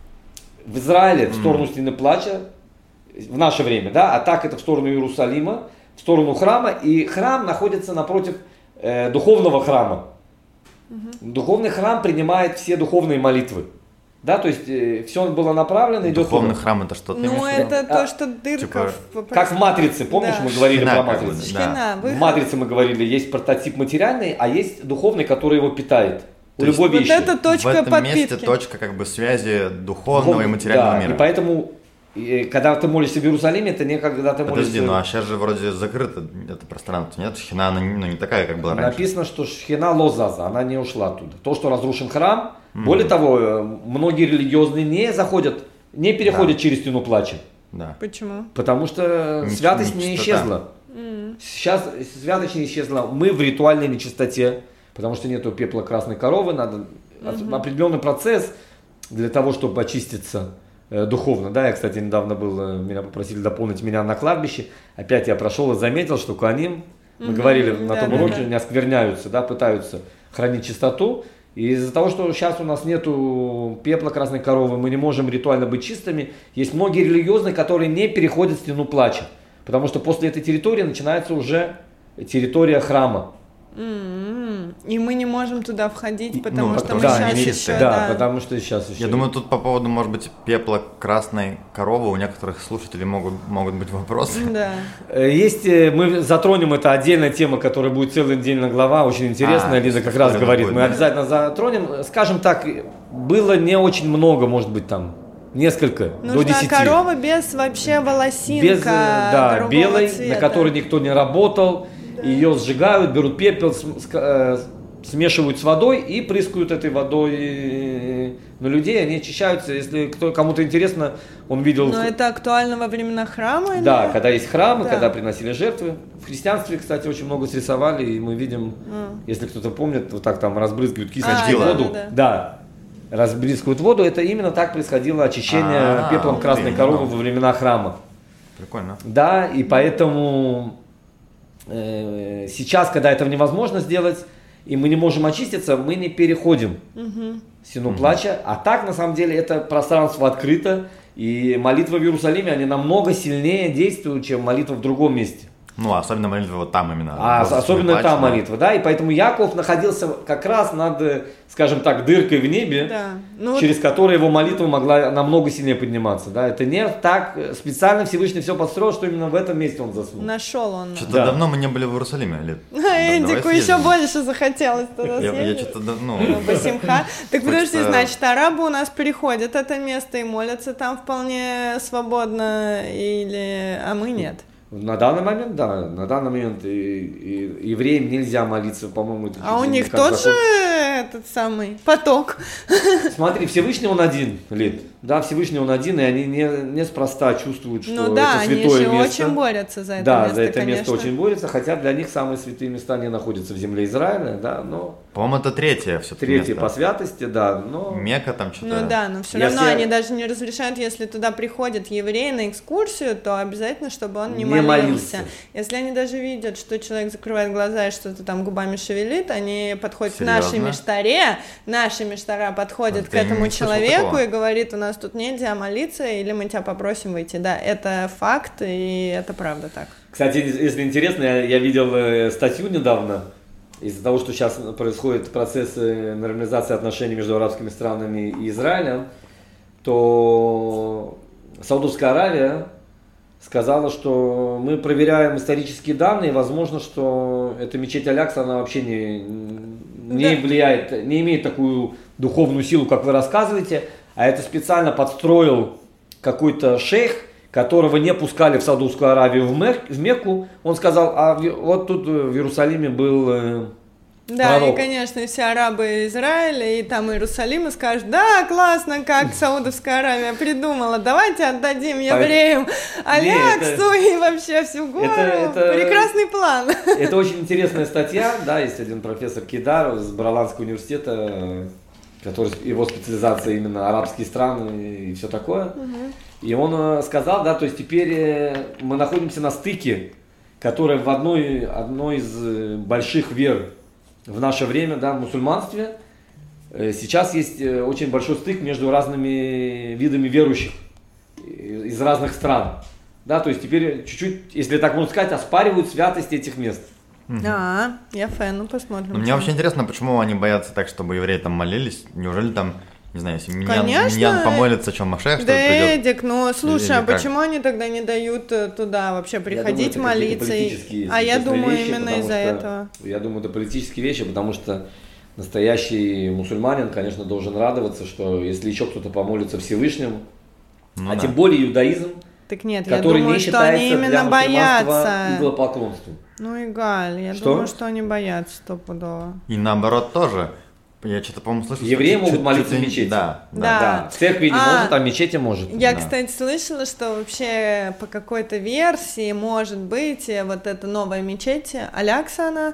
В Израиле, в сторону mm. стены плача, в наше время, да, а так это в сторону Иерусалима, в сторону храма, и храм находится напротив э, духовного храма. Угу. Духовный храм принимает все духовные молитвы. Да, то есть э, все было направлено, идет... Духовный храм это что-то? Ну, это а, то, что дырка... Типа, в... Как в «Матрице», помнишь, да. мы говорили Шхина, про «Матрицу»? Шхина, да. В «Матрице» мы говорили, есть прототип материальный, а есть духовный, который его питает. У то любой вещи. Вот это точка в этом подпитки. месте точка как бы связи духовного Духов... и материального да, мира. И поэтому, и, когда ты молишься в Иерусалиме, это не когда ты молишься... Подожди, ну а сейчас же вроде закрыто это пространство, нет? Шхина, она ну, не такая, как была раньше. Написано, что Шхина лозаза, она не ушла оттуда. То, что разрушен храм, mm-hmm. более того, многие религиозные не заходят, не переходят да. через стену плача. Да. Почему? Потому что не, святость не, не исчезла. Mm-hmm. Сейчас святость не исчезла. Мы в ритуальной нечистоте, потому что нету пепла красной коровы, надо mm-hmm. определенный процесс для того, чтобы очиститься э, духовно. Да, я, кстати, недавно был, меня попросили дополнить меня на кладбище. Опять я прошел и заметил, что коаним, мы mm-hmm. говорили на том да, уроке, да, да. не оскверняются, да, пытаются хранить чистоту. И из-за того, что сейчас у нас нету пепла красной коровы, мы не можем ритуально быть чистыми, есть многие религиозные, которые не переходят стену плача. Потому что после этой территории начинается уже территория храма. Mm-hmm. И мы не можем туда входить, потому ну, что мы да, сейчас еще... Да, да, потому что сейчас еще... Я думаю, тут по поводу, может быть, пепла красной коровы у некоторых слушателей могут, могут быть вопросы. Да. Есть, мы затронем, это отдельная тема, которая будет целая отдельная глава, очень интересная, а, Лиза как раз говорит, будет, мы да? обязательно затронем. Скажем так, было не очень много, может быть, там, несколько, Нужна до десяти. корова без вообще волосинка без, да, белой, цвета. На которой никто не работал. Да. Ее сжигают, берут пепел, смешивают с водой и прыскают этой водой на людей, они очищаются. Если кто, кому-то интересно, он видел... Но это актуально во времена храма? Да, или... когда есть храмы, да. Когда приносили жертвы. В христианстве, кстати, очень много срисовали, и мы видим, а. если кто-то помнит, вот так там разбрызгивают кислочку а, воду. Да, да, да. да, разбрызгивают воду. Это именно так происходило очищение А-а-а, пеплом красной коровы во времена храма. Прикольно. Да, и поэтому... Сейчас, когда этого невозможно сделать, и мы не можем очиститься, мы не переходим угу. стену плача. А так, на самом деле, это пространство открыто, и молитва в Иерусалиме, они намного сильнее действуют, чем молитва в другом месте. Ну, особенно молитва вот там именно. А особенно плач, там да. молитва, да, и поэтому Яков находился как раз над, скажем так, дыркой в небе, да. ну, через которую его молитва могла намного сильнее подниматься, да. Это не так, специально Всевышний все подстроил, что именно в этом месте он заснул. Нашел он. Что-то да. давно мы не были в Иерусалиме, Лид. Эдику еще больше захотелось туда съездить. Я, я что-то давно. Басимха. Так подожди, значит, арабы у нас переходят это место и молятся там вполне свободно, или, а мы нет? На данный момент, да, на данный момент и, и, евреям нельзя молиться, по-моему. Это а у них тот заход... же этот самый поток. Смотри, Всевышний он один, Лид. Да, Всевышний он один, и они не, неспроста чувствуют, что ну, да, это святое место. Ну да, они же очень борются за это да, место, за это конечно. место очень борются, хотя для них самые святые места не находятся в земле Израиля, да, но... По-моему, это третье все-таки Третье место. по святости, да, но... Мекка там что-то... Ну да, но все Если... равно они даже не разрешают, если туда приходит еврей на экскурсию, то обязательно, чтобы он не, не молился. молился. Если они даже видят, что человек закрывает глаза и что-то там губами шевелит, они подходят Серьезно? к нашей миштаре, наша миштара подходит вот к этому человеку такого. И говорит, у нас тут нельзя молиться, или мы тебя попросим выйти. Да, это факт, и это правда так. Кстати, если интересно, я, я видел статью недавно, из-за того, что сейчас происходит процесс нормализации отношений между арабскими странами и Израилем, то Саудовская Аравия сказала, что мы проверяем исторические данные, и возможно, что эта мечеть Аль-Акса, она вообще не, не да. влияет, не имеет такую духовную силу, как вы рассказываете, а это специально подстроил какой-то шейх, которого не пускали в Саудовскую Аравию в, Мек, в Мекку. Он сказал, а в, вот тут в Иерусалиме был э, Да, пророк. И, конечно, все арабы Израиля и там Иерусалима скажут, да, классно, как Саудовская Аравия придумала, давайте отдадим евреям Аляксу и вообще всю гору. Это, это, Прекрасный план. Это очень интересная статья, да, есть один профессор Кидар из Бараланского университета, который, его специализация именно арабские страны и все такое. Угу. И он сказал, да, то есть теперь мы находимся на стыке, которая в одной, одной из больших вер в наше время, да, в мусульманстве. Сейчас есть очень большой стык между разными видами верующих из разных стран. Да, то есть теперь чуть-чуть, если так можно сказать, оспаривают святость этих мест. Угу. А, я фэн, ну посмотрим. Но мне вообще интересно, почему они боятся так, чтобы евреи там молились. Неужели там, не знаю, если Миньян, Миньян помолится, что Машех, да, что ли, придет? Эдик, ну слушай, или а как? Почему они тогда не дают туда вообще приходить я думаю, молиться? И... А я думаю, вещи, именно из-за этого. Я думаю, это политические вещи, потому что настоящий мусульманин, конечно, должен радоваться, что если еще кто-то помолится Всевышнему, ну, а да. тем более иудаизм, так нет, который я думаю, не что они именно боятся идолопоклонством. Ну, Игаль, я что? думаю, что они боятся стопудово. И наоборот тоже. Я что-то, по-моему, слышал. Евреи что могут молиться в чуть, мечети. Да, да. да. да. В церкви не а, может, а в мечети может. Я, да. кстати, слышала, что вообще по какой-то версии, может быть, вот эта новая мечеть Алякса, она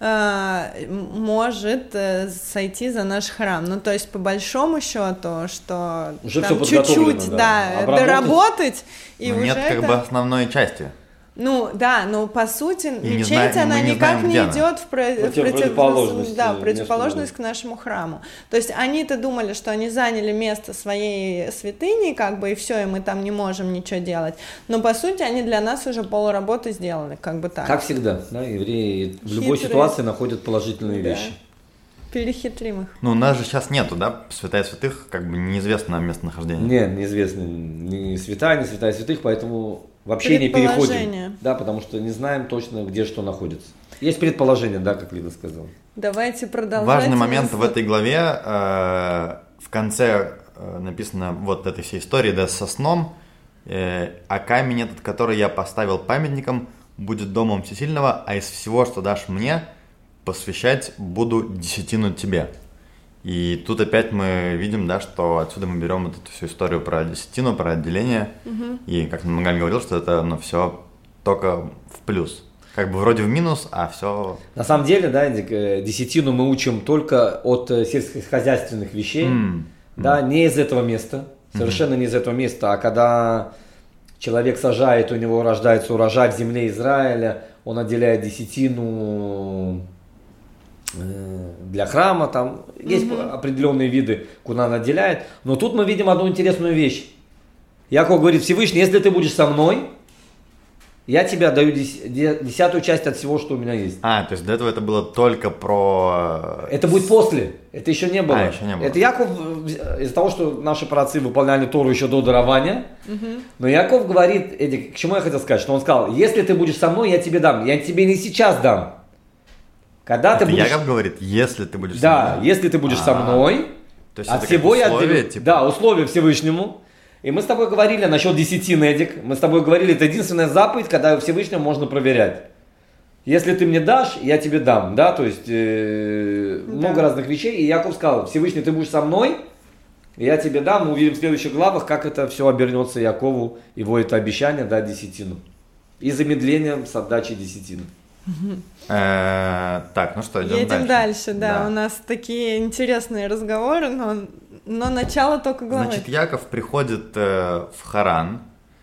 э, может э, сойти за наш храм. Ну, то есть, по большому счету, что уже там чуть-чуть, да, да, доработать. И Но уже нет как это... бы основной части. Ну да, но по сути И мечеть, не зна... она не никак знаем, не где идет в, про... Против... в против... противоположность, да, э, противоположность к нашему храму. То есть они-то думали, что они заняли место своей святыни, как бы, и все, и мы там не можем ничего делать. Но по сути они для нас уже полработы сделали, как бы так. Как всегда, да, евреи в любой Хитрые. ситуации находят положительные Да. вещи. Перехитрим их. Ну, у нас же сейчас нету, да, святая святых, как бы неизвестно местонахождение. Нет, неизвестно ни святая, ни святая святых, поэтому вообще не Предположение. переходим. Да, потому что не знаем точно, где что находится. Есть предположение, да, как Лида сказала. Давайте продолжать. Важный момент нас- в этой главе, э, в конце э, написано вот этой всей истории, да, со сном, э, а камень этот, который я поставил памятником, будет домом всесильного, а из всего, что дашь мне, посвящать буду десятину тебе. И тут опять мы видим, да, что отсюда мы берем вот эту всю историю про десятину, про отделение. Мгм. И как Магаль говорил, что это, ну, все только в плюс. Как бы вроде в минус, а все... На самом деле, да, Эдик, э, десятину мы учим только от э, сельскохозяйственных вещей, М. да, не из этого места, совершенно не из этого места, а когда человек сажает, у него рождается урожай в земле Израиля, он отделяет десятину э, для храма, там есть определенные виды, куда он отделяет, но тут мы видим одну интересную вещь. Яков говорит: Всевышний, если ты будешь со мной, я тебе отдаю дес- де- десятую часть от всего, что у меня есть. А, то есть до этого это было только про... Это будет после, это еще не было. А, еще не было. Это Яков, э, из-за того, что наши праотцы выполняли Тору еще до дарования, но Яков говорит, Эдик, к чему я хотел сказать, что он сказал: если ты будешь со мной, я тебе дам, я тебе не сейчас дам. Когда Это ты будешь... Яков говорит, если ты будешь со Да, мной. если ты будешь со А. мной, То есть от это всего как я условие, отделю. типа? Да, условия Всевышнему. И мы с тобой говорили насчет десятины, Эдик. Мы с тобой говорили, это единственная заповедь, когда Всевышнего можно проверять. Если ты мне дашь, я тебе дам, да, то есть э, Да. много разных вещей. И Яков сказал: Всевышний, ты будешь со мной, я тебе дам. Мы увидим в следующих главах, как это все обернется Якову, его это обещание дать десятину. И замедлением с отдачей десятины. Э, Так, ну что, идем дальше. Едем дальше, да. У нас такие интересные разговоры, но, но начало только главы. Значит, Яков приходит э, в Харан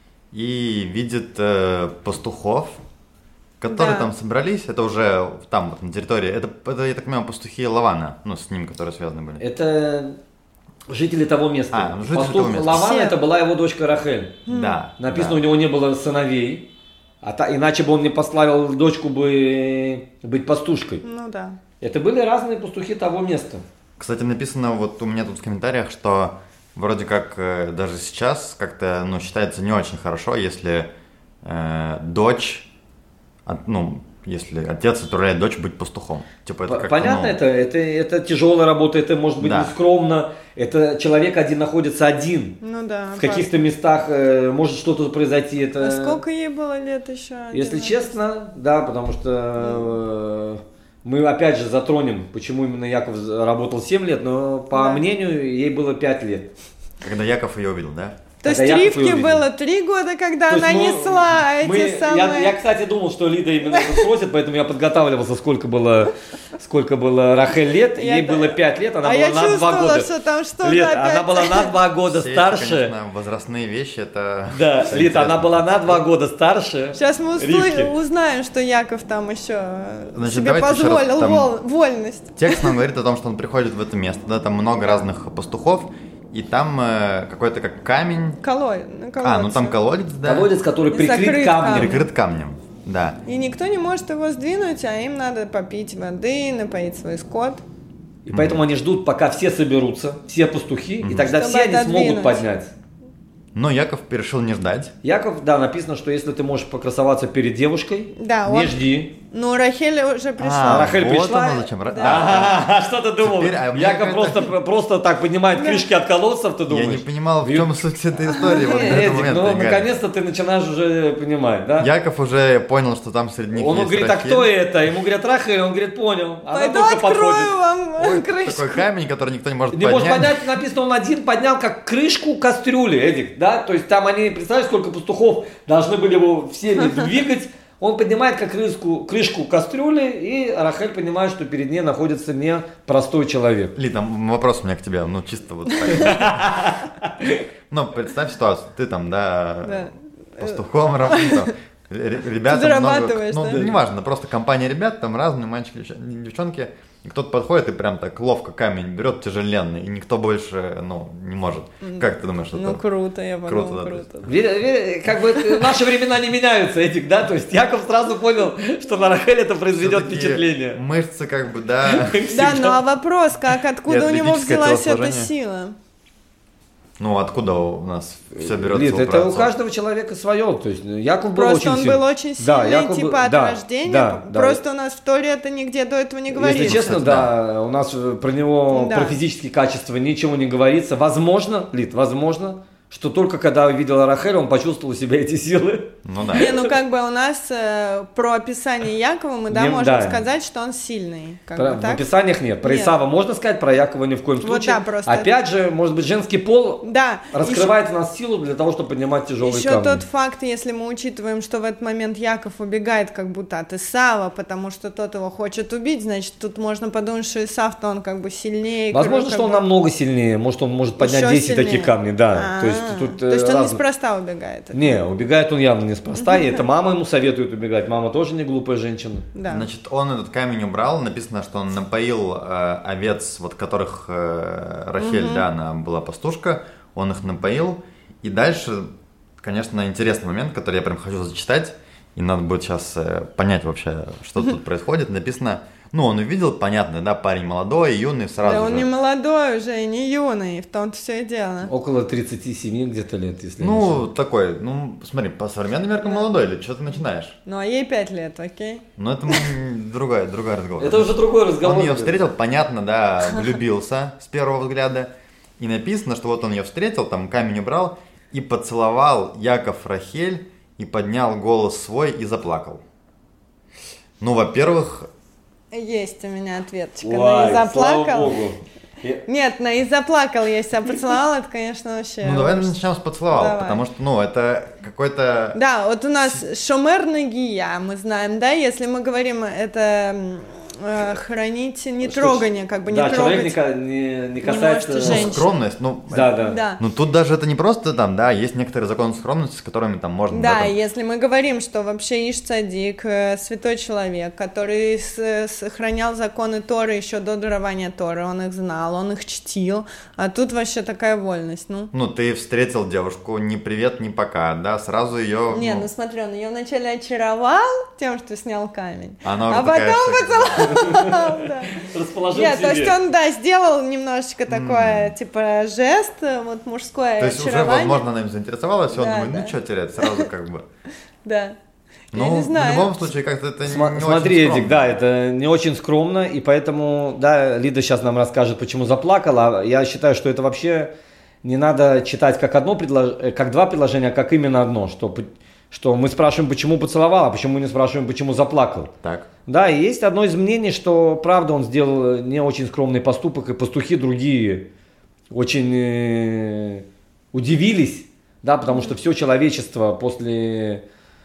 и видит э, пастухов, которые Да. там собрались. Это уже там, вот на территории. Это, это, я так понимаю, пастухи Лавана, ну, с ним, которые связаны были. Это жители того места. А, жители Пастух того места. Лавана, Все. это была его дочка Рахель. Да. Написано, да. у него не было сыновей, а та, иначе бы он не пославил дочку бы быть пастушкой. Ну да. Это были разные пастухи того места. Кстати, написано вот у меня тут в комментариях, что вроде как э, даже сейчас как-то, ну, считается не очень хорошо, если э, дочь, от- ну, если отец отправляет дочь быть пастухом. Типа это П- как Понятно, это, это, это тяжелая работа, это может быть Да. нескромно, это человек один находится один. Ну да. В каких-то местах э, может что-то произойти. Это... А сколько ей было лет еще? Если честно, да, потому что э, мы опять же затронем, почему именно Яков работал семь лет, но по Да. мнению ей было пять лет. Когда Яков ее увидел, да? То есть Когда Яков Ривке её увидел. было три года, когда То есть, она ну, несла эти мы- самые... я, я, кстати, думал, что Лида именно это спросит, поэтому я подготавливался, сколько было, сколько было Рахель лет. Я- Ей было пять лет, она а была я на два чувствовала, года. что там что-то Лид, опять... она была на два года Все эти, старше. конечно, возрастные вещи, это... Да, всё Лид, она интересно. была на два года старше. Сейчас мы Ривки. услы- узнаем, что Яков там еще э, Значит, себе давайте еще раз, позволил там- вол- вольность. Текст нам говорит о том, что он приходит в это место, да, там много разных пастухов, и там э, какой-то как камень... Колой, на А, колодце. ну там колодец, да? Колодец, который прикрыт Закрыт камнем. камнем. Прикрыт камнем, да. И никто не может его сдвинуть, а им надо попить воды, напоить свой скот. И поэтому они ждут, пока все соберутся, все пастухи, и тогда Чтобы все они смогут отодвинуть. поднять. Но Яков решил не ждать. Яков, да, написано, что если ты можешь покрасоваться перед девушкой, Да, не он- жди. Ну, Рахель уже А, пришла. Рахель вот пришла. оно зачем. Ра- Да. А, что ты думал? Теперь, а мне Яков какая-то- просто, просто так поднимает крышки от колодцев, ты Я думаешь? не понимал, в чем суть этой истории. Вот в Э, этот Эдик, момент, ну Игорь. наконец-то ты начинаешь уже понимать, да? Яков уже понял, что там среди них Он есть говорит, а Рахель. кто это? Ему говорят, Рахель, он говорит, понял. Она Пойду только открою подходит. вам Ой, крышку. такой камень, который никто не может Не поднять. можешь понять, написано, он один поднял как крышку кастрюли, Эдик, да? То есть там они, представляешь, сколько пастухов должны были его всеми двигать. Он поднимает как крышку, крышку кастрюли, и Рахель понимает, что перед ней находится не простой человек. Ли, там вопрос у меня к тебе, ну чисто вот так. Ну, представь ситуацию, ты там, да, Да. пастухом работал. ребята Ты много... зарабатываешь, Ну, да? неважно, просто компания ребят, там разные мальчики, девчонки, и кто-то подходит и прям так ловко камень берет тяжеленный, и никто больше, ну, не может. Как ты думаешь, что Ну, это? круто, я подумала, Круто, да, круто. Ве- ве- Как бы э, наши времена не меняются этих, да, то есть Яков сразу понял, что на Рахель это произведет Всё-таки впечатление. Мышцы как бы, да. Да, ну а вопрос, как, откуда у него атлетическое взялась эта телосложение. сила? Ну, откуда у нас все берется Лид, у это у праотцов? каждого человека свое, то есть Яков был Просто очень он сильный. был очень сильный, Да, Яков типа был- от да, рождения. да, да. Просто у нас в Торе это нигде до этого не говорится. Если честно, Кстати, да, у нас э, про него, Да. про физические качества ничего не говорится. Возможно, Лид, возможно, что только когда увидел Рахель, он почувствовал у себя эти силы. Ну да. Не, ну как бы у нас э, про описание Якова мы, да, Не- можем да. сказать, что он сильный. Как Про- бы в так? описаниях нет. Про Нет. Исава можно сказать, про Якова ни в коем Вот случае. да, просто Опять же, может быть, женский пол Да. раскрывает в нас силу для того, чтобы поднимать тяжелые Еще камни. тот факт, если мы учитываем, что в этот момент Яков убегает как будто от Исава, потому что тот его хочет убить, значит, тут можно подумать, что Исав-то он как бы сильнее. Возможно, как что он бы намного сильнее. Может, он может поднять еще десять сильнее. таких камней, да. А-а-а. То есть тут То есть э, он разные- неспроста убегает. Не, убегает он явно неспроста, и это мама ему советует убегать. Мама тоже не глупая женщина. Да. Значит, он этот камень убрал, написано, что он напоил э, овец, вот которых э, Рахель, да, она была пастушка, он их напоил, и дальше, конечно, интересный момент, который я прям хочу зачитать, и надо будет сейчас э, понять вообще, что тут происходит. Написано, ну, он увидел, понятно, да, парень молодой, юный, сразу Да он же. не молодой уже, и не юный, в том-то все и дело. Около тридцати семи где-то лет, если не Ну, такой, ну, смотри, по современным меркам молодой, или что ты начинаешь? Ну а ей пять лет, окей? Ну, это м, другая, другой разговор. Это уже другой разговор. Он ее встретил, понятно, да, влюбился с первого взгляда. И написано, что вот он ее встретил, там камень убрал, и поцеловал Яков Рахель, и поднял голос свой и заплакал. Ну, во-первых, Есть у меня ответочка. Ой, на и слава заплакал. богу. Я- Нет, на и заплакал есть, а поцеловал это, конечно, вообще. ну давай ужас. начнем с поцеловал, Давай. потому что, ну, это какой-то... Да, вот у нас шомер нагия, мы знаем, да, если мы говорим, это м, э, хранить нетрогание, как бы не Да, трогать. человек не, ка- не, не касается... может Ну, женщин. скромность, ну... Да, да. Да. Ну, тут даже это не просто там, да, есть некоторые законы скромности, с которыми там можно... Да, там- если мы говорим, что вообще Иш-Цадик, э, святой человек, который с- сохранял законы Торы еще до дарования Торы, он их знал, он их чтил, а тут вообще такая вольность, ну. Ну, ты встретил девушку, ни привет, ни пока, да, сразу ее... Не, ну смотри, он ее вначале очаровал тем, что снял камень, Она уже а такая потом вся- поцеловал, да. Расположил Нет, к то себе. есть он, да, сделал немножечко такое, типа, жест, э, вот мужское То есть уже, очарование. возможно, она им заинтересовалась, и он Да, думает, да. ну, что терять, сразу как бы... Да. Я Ну, не знаю. в любом случае, как-то это не, Сма- не Смотри, очень Эдик, скромно. да, это не очень скромно, и поэтому, да, Лида сейчас нам расскажет, почему заплакала. Я считаю, что это вообще не надо читать как одно предлож- как два предложения, а как именно одно, что, п- что мы спрашиваем, почему поцеловал, а почему не спрашиваем, почему заплакал. Так. Да, и есть одно из мнений, что правда он сделал не очень скромный поступок, и пастухи другие очень э, удивились, да, потому что все человечество после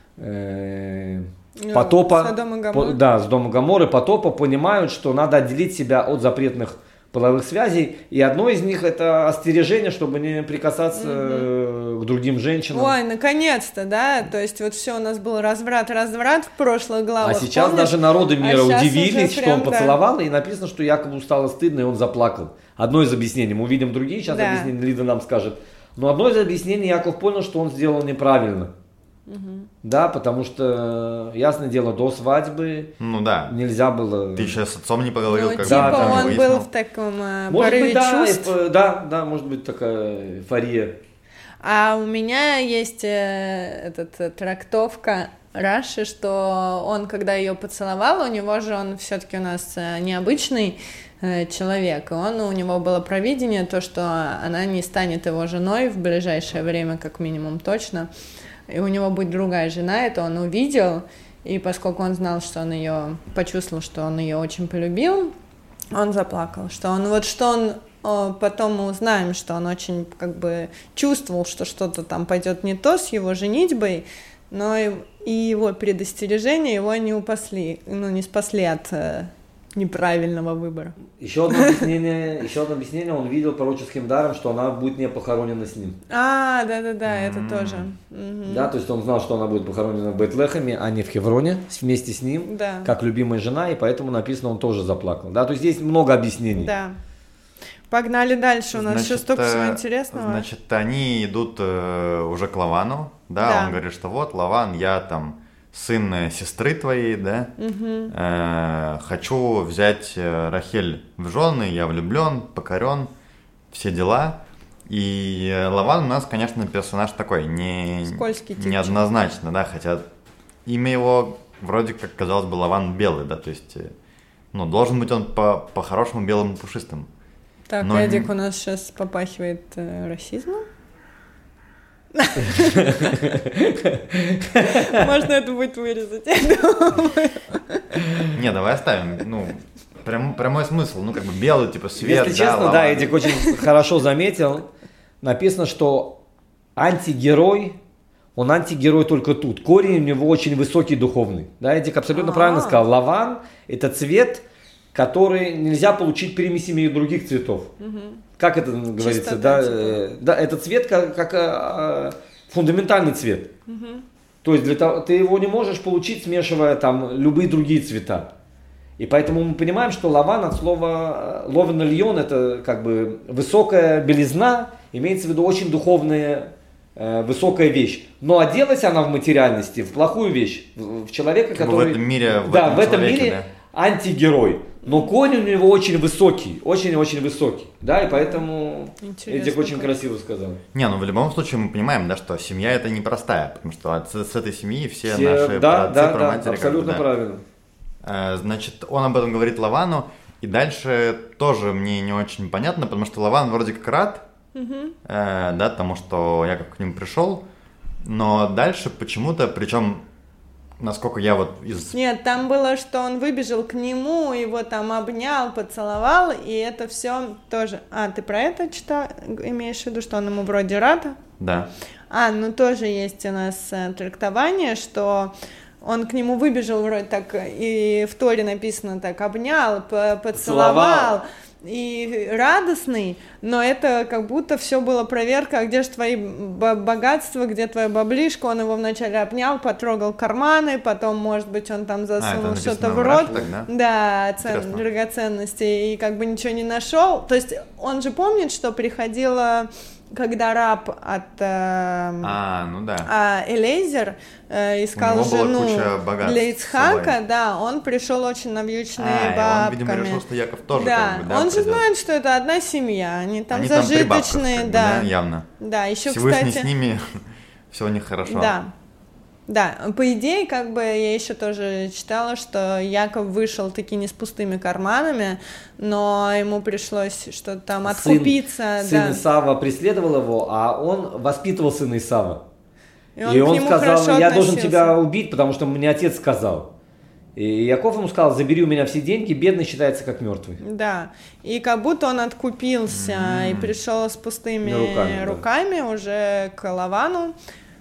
э, Ну, потопа, Содом и по- Гоморра. да, с дома Гоморры, потопа понимают, что надо отделить себя от запретных половых связей, и одно из них это остережение, чтобы не прикасаться э, к другим женщинам. Ой, наконец-то, да, то есть вот все у нас был разврат, разврат в прошлых А главах. сейчас помнишь? даже народы мира А щас удивились, уже что прям, он да. поцеловал, и написано, что Якову стало стыдно, и он заплакал. Одно из объяснений. Мы увидим другие, сейчас Да. объяснения Лида нам скажет. Но одно из объяснений Яков понял, что он сделал неправильно. Да, потому что, ясное дело, до свадьбы Ну да. нельзя было... Ты еще с отцом не поговорил, Ну, как типа бы, там не он выяснил. был в таком э, Может порыве быть, да, чувств. эйф- да, да, может быть такая эйфория. А у меня есть э, этот, э, трактовка Раши, что он, когда ее поцеловал, у него же он все-таки у нас э, необычный э, человек, и он, у него было провидение, то, что она не станет его женой в ближайшее время, как минимум точно, и у него будет другая жена, это он увидел, и поскольку он знал, что он ее, почувствовал, что он ее очень полюбил, он заплакал, что он, вот что он, о, потом мы узнаем, что он очень как бы чувствовал, что что-то там пойдет не то с его женитьбой, но и, и его предостережения его не упасли, ну не спасли от э, неправильного выбора. Еще одно объяснение, еще одно объяснение, он видел пророческим даром, что она будет не похоронена с ним. А, да-да-да, это тоже. Угу. Да, то есть он знал, что она будет похоронена в Бейт-Лехеме, а не в Хевроне, вместе с ним, да. как любимая жена, и поэтому написано, он тоже заплакал. Да, то есть есть много объяснений. Да. Погнали дальше, у нас значит, еще столько всего интересного. Значит, они идут э, уже к Лавану, да? да, он говорит, что вот, Лаван, я там сын сестры твоей, да, угу. э, хочу взять Рахель в жены, я влюблен, покорен, все дела. И Лаван у нас, конечно, персонаж такой, не, неоднозначно, да, хотя имя его вроде как, казалось бы, Лаван белый, да, то есть, ну, должен быть он по, по-хорошему белым и пушистым. Так, но Эдик не... у нас сейчас попахивает э, расизмом. Можно это будет вырезать, я думаю. Не, давай оставим, ну, прям, прямой смысл, ну, как бы белый, типа, свет. Если честно, да, Эдик очень хорошо заметил, написано, что антигерой, он антигерой только тут, корень у него очень высокий духовный, да, Эдик абсолютно А-а-а. правильно сказал, лаван – это цвет, который нельзя получить примесями других цветов. Угу. Как это говорится, чистота, да, типа. э, да, это цвет как, как э, фундаментальный цвет. Угу. То есть для того, ты его не можешь получить, смешивая там любые другие цвета. И поэтому мы понимаем, что лаван от слова ловен льон, это как бы высокая белизна, имеется в виду очень духовная, э, высокая вещь. Но оделась она в материальности, в плохую вещь, в, в человека, как который... В этом мире, в да, этом в этом человеке, мире да? антигерой. Но корень у него очень высокий, очень-очень высокий, да, и поэтому Эдик очень красиво сказал. Не, ну в любом случае мы понимаем, да, что семья это непростая, потому что от, с этой семьи все, все наши да, праотцы, да, праматери, да, абсолютно как бы, да. правильно. А, значит, он об этом говорит Лавану, и дальше тоже мне не очень понятно, потому что Лаван вроде как рад, угу. э, да, тому, что Яков к ним пришел, но дальше почему-то, причем... Насколько я вот из... Нет, там было, что он выбежал к нему, его там обнял, поцеловал, и это все тоже... А, ты про это читал, имеешь в виду, что он ему вроде рад? Да. А, ну тоже есть у нас э, трактование, что он к нему выбежал вроде так, и в Торе написано так, обнял, по- поцеловал, Поцеловал. И радостный, но это как будто все было проверка, а где же твои богатства, где твоя баблишка, он его вначале обнял, потрогал карманы, потом, может быть, он там засунул а, что-то в рот, так, да, да цен, драгоценности, и как бы ничего не нашел, то есть он же помнит, что приходила... Когда раб от э, а, ну да. э, Элейзер э, искал жену для Ицхака, да, он пришел очень навьюченный а, бабками. Он, видимо, решил, что Яков тоже да, как бы, да, он же придет. знает, что это одна семья, они там они зажиточные, там да. Как бы, да, явно. Да, еще, Всевышний кстати, с ними, все у них хорошо. Да. Да, по идее, как бы я еще тоже читала, что Яков вышел таки не с пустыми карманами, но ему пришлось что-то там откупиться. Сын, да. сын Исава преследовал его, а он воспитывал сына Исава. И он, И он сказал, я должен относился. тебя убить, потому что мне отец сказал. И Яков ему сказал, забери у меня все деньги, бедный считается как мертвый. Да, и как будто он откупился mm-hmm. и пришел с пустыми руками, руками да. уже к Лавану.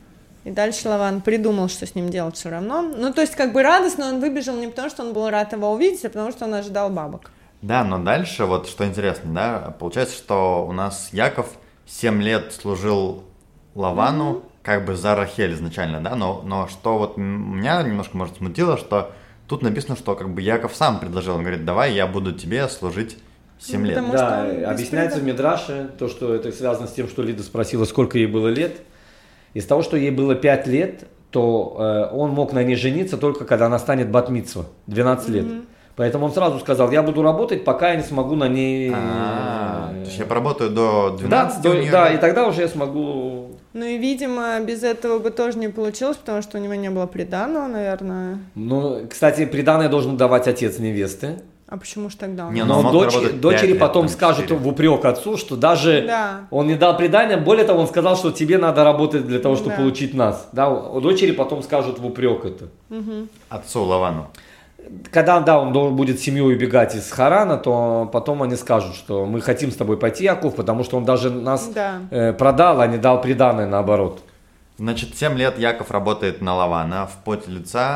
И дальше Лаван придумал, что с ним делать все равно. Ну, то есть, как бы радостно он выбежал не потому, что он был рад его увидеть, а потому, что он ожидал бабок. Да, но дальше, вот что интересно, да, получается, что у нас Яков семь лет служил Лавану, mm-hmm. как бы за Рахель изначально, да, но, но что вот меня немножко, может, смутило, что тут написано, что как бы Яков сам предложил, он говорит, давай я буду тебе служить семь лет. Потому да, объясняется в Мидраше, то, что это связано с тем, что Лида спросила, сколько ей было лет. Из того, что ей было пять лет, то э, он мог на ней жениться только когда она станет бат-мицва, двенадцать лет. Mm-hmm. Поэтому он сразу сказал, я буду работать, пока я не смогу на ней... А-а-а. То есть я поработаю до двенадцати? Да, у до, нее... да, и тогда уже я смогу... Ну и, видимо, без этого бы тоже не получилось, потому что у него не было приданого, наверное. Ну, кстати, приданое должен давать отец невесты. А почему ж тогда он? Не, но дочь, дочери лет, потом там, скажут в упрек отцу, что даже да. он не дал предания, более того, он сказал, что тебе надо работать для того, чтобы да. получить нас. Да, у дочери потом скажут в упрек это. Угу. Отцу Лавану. Когда, да, он должен будет с семьей убегать из Харана, то потом они скажут, что мы хотим с тобой пойти, Яков, потому что он даже нас да. э, продал, а не дал приданое наоборот. Значит, семь лет Яков работает на Лавана в поте лица,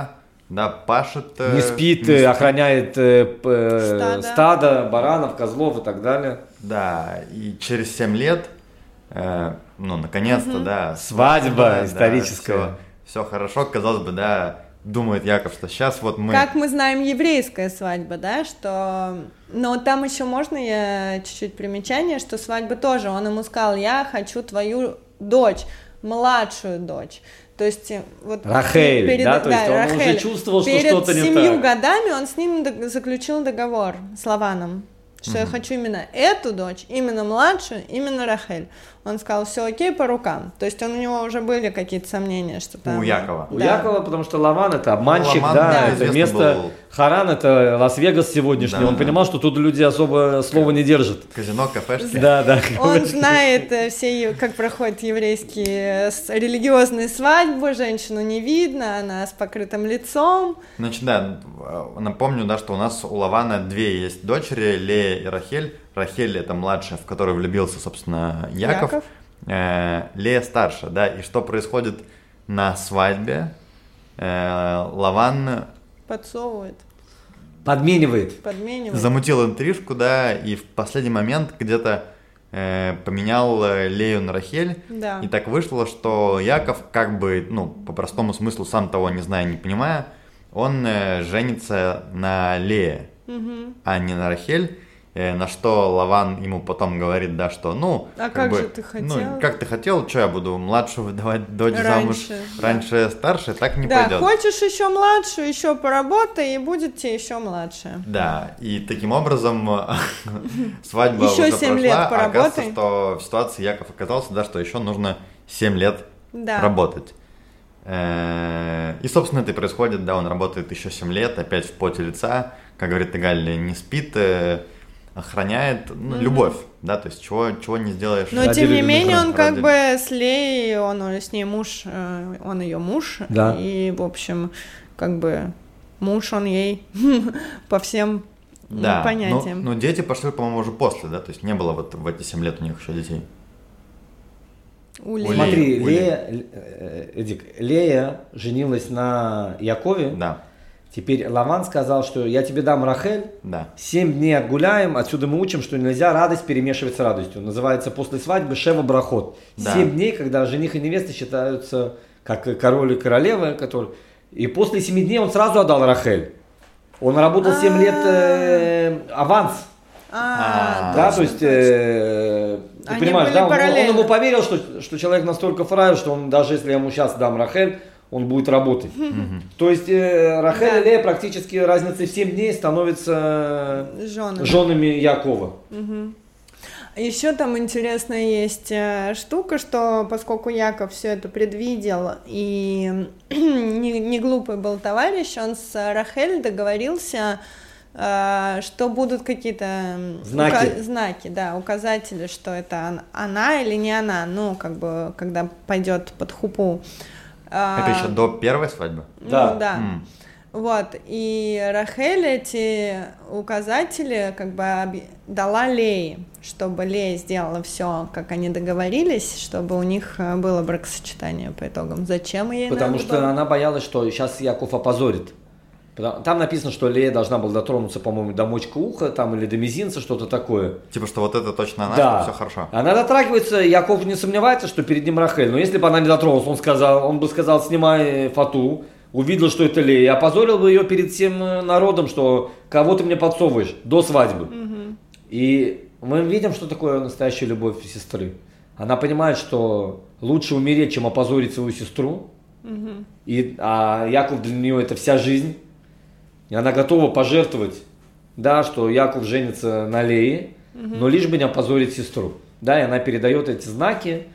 да, пашет. Не спит, не спит. охраняет э, э, стадо. стадо, баранов, козлов и так далее. Да, и через семь лет, э, ну, наконец-то, угу. да. Свадьба да, историческая. Да, все, все хорошо, казалось бы, да, думает Яков, что сейчас вот мы... Как мы знаем, еврейская свадьба, да, что... Но там еще можно я чуть-чуть примечание, что свадьба тоже, он ему сказал, я хочу твою дочь, младшую дочь. То есть вот Рахель, перед, да, то есть да, он Рахель. уже чувствовал, что перед что-то не так. Перед семью годами он с ним заключил договор с Лаваном, что mm-hmm. я хочу именно эту дочь, именно младшую, именно Рахель. Он сказал, все окей, по рукам. То есть он, у него уже были какие-то сомнения, что там... У Якова. Да. У Якова, потому что Лаван это обманщик, Лаван, да, да, это место... Был... Харан это Лас-Вегас сегодняшний. Да, он да. понимал, что тут люди особо слова не держат. Казино, кафешки. Да, да. Он знает все, как проходят еврейские религиозные свадьбы, женщину не видно, она с покрытым лицом. Значит, да, напомню, да, что у нас у Лавана две есть дочери, Лея и Рахель. Рахель это младшая, в которую влюбился, собственно, Яков. Яков. Э, Лея старше, да, и что происходит на свадьбе? Э, Лаван... Подсовывает. Подменивает. Подменивает. Замутил интрижку, да, и в последний момент где-то э, поменял Лею на Рахель. Да. И так вышло, что Яков, как бы, ну, по простому смыслу, сам того не зная, не понимая, он э, женится на Лее, угу. а не на Рахель. На что Лаван ему потом говорит, да, что, ну... А как, как бы, же ты хотел? Ну, как ты хотел, что я буду младшую выдавать дочь раньше, замуж да. раньше старше, так не да, пойдет. Да, хочешь еще младшую, еще поработай, и будет тебе еще младшая. Да, и таким образом свадьба еще уже семь прошла, лет а поработай. оказывается, что в ситуации Яков оказался, да, что еще нужно семь лет да. работать. И, собственно, это и происходит, да, он работает еще семь лет, опять в поте лица, как говорит Игаль, не спит, охраняет, ну, mm-hmm. любовь, да, то есть чего, чего не сделаешь. Но тем не менее он как бы с Леей, он с ней муж, он ее муж, да. и в общем как бы муж он ей по всем да. понятиям. Но, но дети пошли, по-моему, уже после, да, то есть не было вот в эти семь лет у них еще детей. У Леи. Смотри, у Лея, Лея. Эдик, Лея женилась на Якове. Да. Теперь Лаван сказал, что я тебе дам Рахель, да. семь дней отгуляем, отсюда мы учим, что нельзя радость перемешивать с радостью. Называется после свадьбы Шева Брахот. Да. Семь дней, когда жених и невеста считаются как король и королева. Который... И после семи дней он сразу отдал Рахель. Он работал семь лет э, аванс. А, да, то есть, э, ты Они понимаешь, да, он, он ему поверил, что, что человек настолько фраер, что он даже если я ему сейчас дам Рахель, он будет работать. Mm-hmm. То есть э, Рахель да. и Лея практически разницей в семь дней становятся женами, женами Якова. Mm-hmm. Еще там интересная есть штука, что поскольку Яков все это предвидел и не, не глупый был товарищ, он с Рахель договорился, что будут какие-то знаки. Ука- знаки, да, указатели, что это она или не она, ну, как бы, когда пойдет под хупу. Это еще до первой свадьбы? Да. Ну, да. Mm. Вот, и Рахель эти указатели как бы дала Лее, чтобы Лея сделала все, как они договорились, чтобы у них было бракосочетание по итогам. Зачем ей Потому надо что было? она боялась, что сейчас Яков опозорит. Там написано, что Лея должна была дотронуться, по-моему, до мочка уха там, или до мизинца, что-то такое. Типа, что вот это точно она, да. что все хорошо. Она дотрагивается, Яков не сомневается, что перед ним Рахель. Но если бы она не дотронулась, он, сказал, он бы сказал, снимай фату, увидел, что это Лея, и опозорил бы ее перед всем народом, что кого ты мне подсовываешь до свадьбы. Угу. И мы видим, что такое настоящая любовь сестры. Она понимает, что лучше умереть, чем опозорить свою сестру. Угу. И, а Яков для нее это вся жизнь. И она готова пожертвовать, да, что Яков женится на Лее, угу. но лишь бы не опозорить сестру. Да, и она передает эти знаки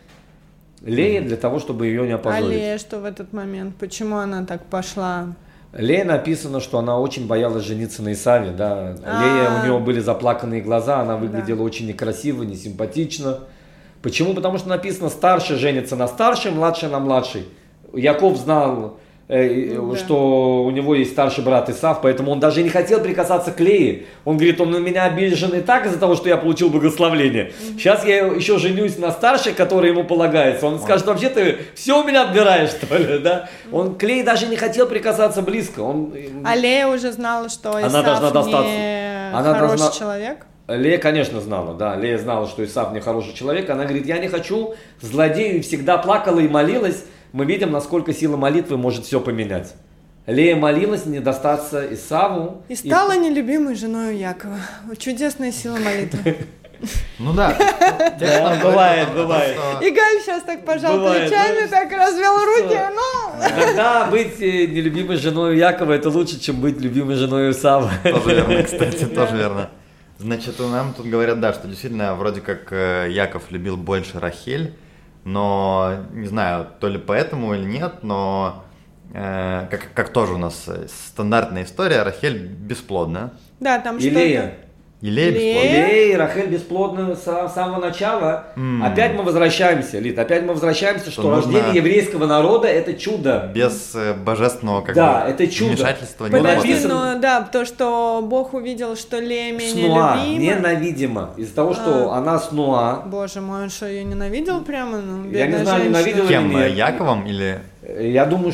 Лее для того, чтобы ее не опозорить. А Лея что в этот момент? Почему она так пошла? Лея написано, что она очень боялась жениться на Исаве. Да. Лея, у нее были заплаканные глаза, она выглядела да. очень некрасиво, несимпатично. Почему? Потому что написано, старший женится на старшей, младший на младшей. Яков знал да. что у него есть старший брат Исав, поэтому он даже не хотел прикасаться к Лее. Он говорит, он на меня обижен и так из-за того, что я получил благословление. Mm-hmm. Сейчас я еще женюсь на старшей, которая ему полагается. Он скажет, вообще ты все у меня отбираешь, что ли, да? Он к Лее даже не хотел прикасаться близко. Он... А Лея уже знала, что Исав она должна достаться. не она хороший должна... человек? Лея, конечно, знала, да. Лея знала, что Исав не хороший человек. Она говорит, я не хочу злодею, и всегда плакала и молилась. Мы видим, насколько сила молитвы может все поменять. Лея молилась не достаться Исаву. И стала и... нелюбимой женой Якова. Чудесная сила молитвы. Ну да. Бывает, бывает. Игаль сейчас так пожал плечами, так развел руки. Иногда быть нелюбимой женой Якова это лучше, чем быть любимой женой Исава. Тоже верно, кстати, тоже верно. Значит, нам тут говорят, да, что действительно вроде как Яков любил больше Рахель. Но, не знаю, то ли поэтому или нет, но э, как, как тоже у нас стандартная история, Рахель бесплодна. Да, там и что-то... Лея. И Лея бесплодна. Лея и Рахель бесплодны с самого начала. Mm. Опять мы возвращаемся, Лид, опять мы возвращаемся, что, что рождение еврейского народа это чудо. Без э, божественного как да, бы, это чудо. вмешательства не написано... ну, да, то, что Бог увидел, что Лея менее снуа, любима. ненавидима. Из-за того, что а. она снуа. Боже мой, он что, ее ненавидел прямо? Ну, я не знаю, женщина. ненавидел Кем? или нет. Яковом или... Я думаю,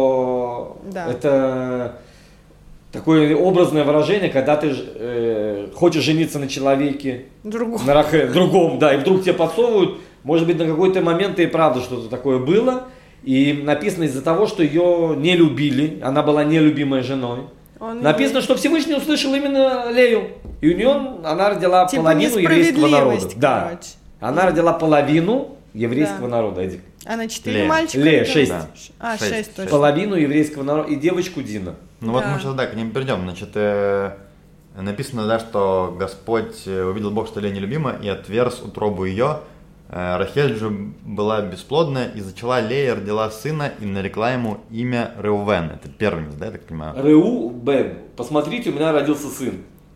что да. это... Такое образное выражение, когда ты э, хочешь жениться на человеке, другом. на рахе, другом, да, и вдруг тебе подсовывают, может быть, на какой-то момент и правда что-то такое было, и написано из-за того, что ее не любили, она была нелюбимой женой. Он написано, не... что Всевышний услышал именно Лею, и у нее она родила типа половину еврейского народа. Да, она родила половину еврейского да. народа, Эдик. А на четыре мальчика? Лея, шесть. Да. А, шесть, шесть точно. Половину еврейского народа и девочку Дина. Ну да. вот мы сейчас, да, к ним перейдем. Значит, э, написано, да, что Господь увидел Бог, что Лея нелюбима, и отверз утробу ее. Э, Рахель же была бесплодная, и зачала Лея, родила сына, и нарекла ему имя Реувен. Это первенец, да, я так понимаю? Реувен. Посмотрите, у меня родился сын.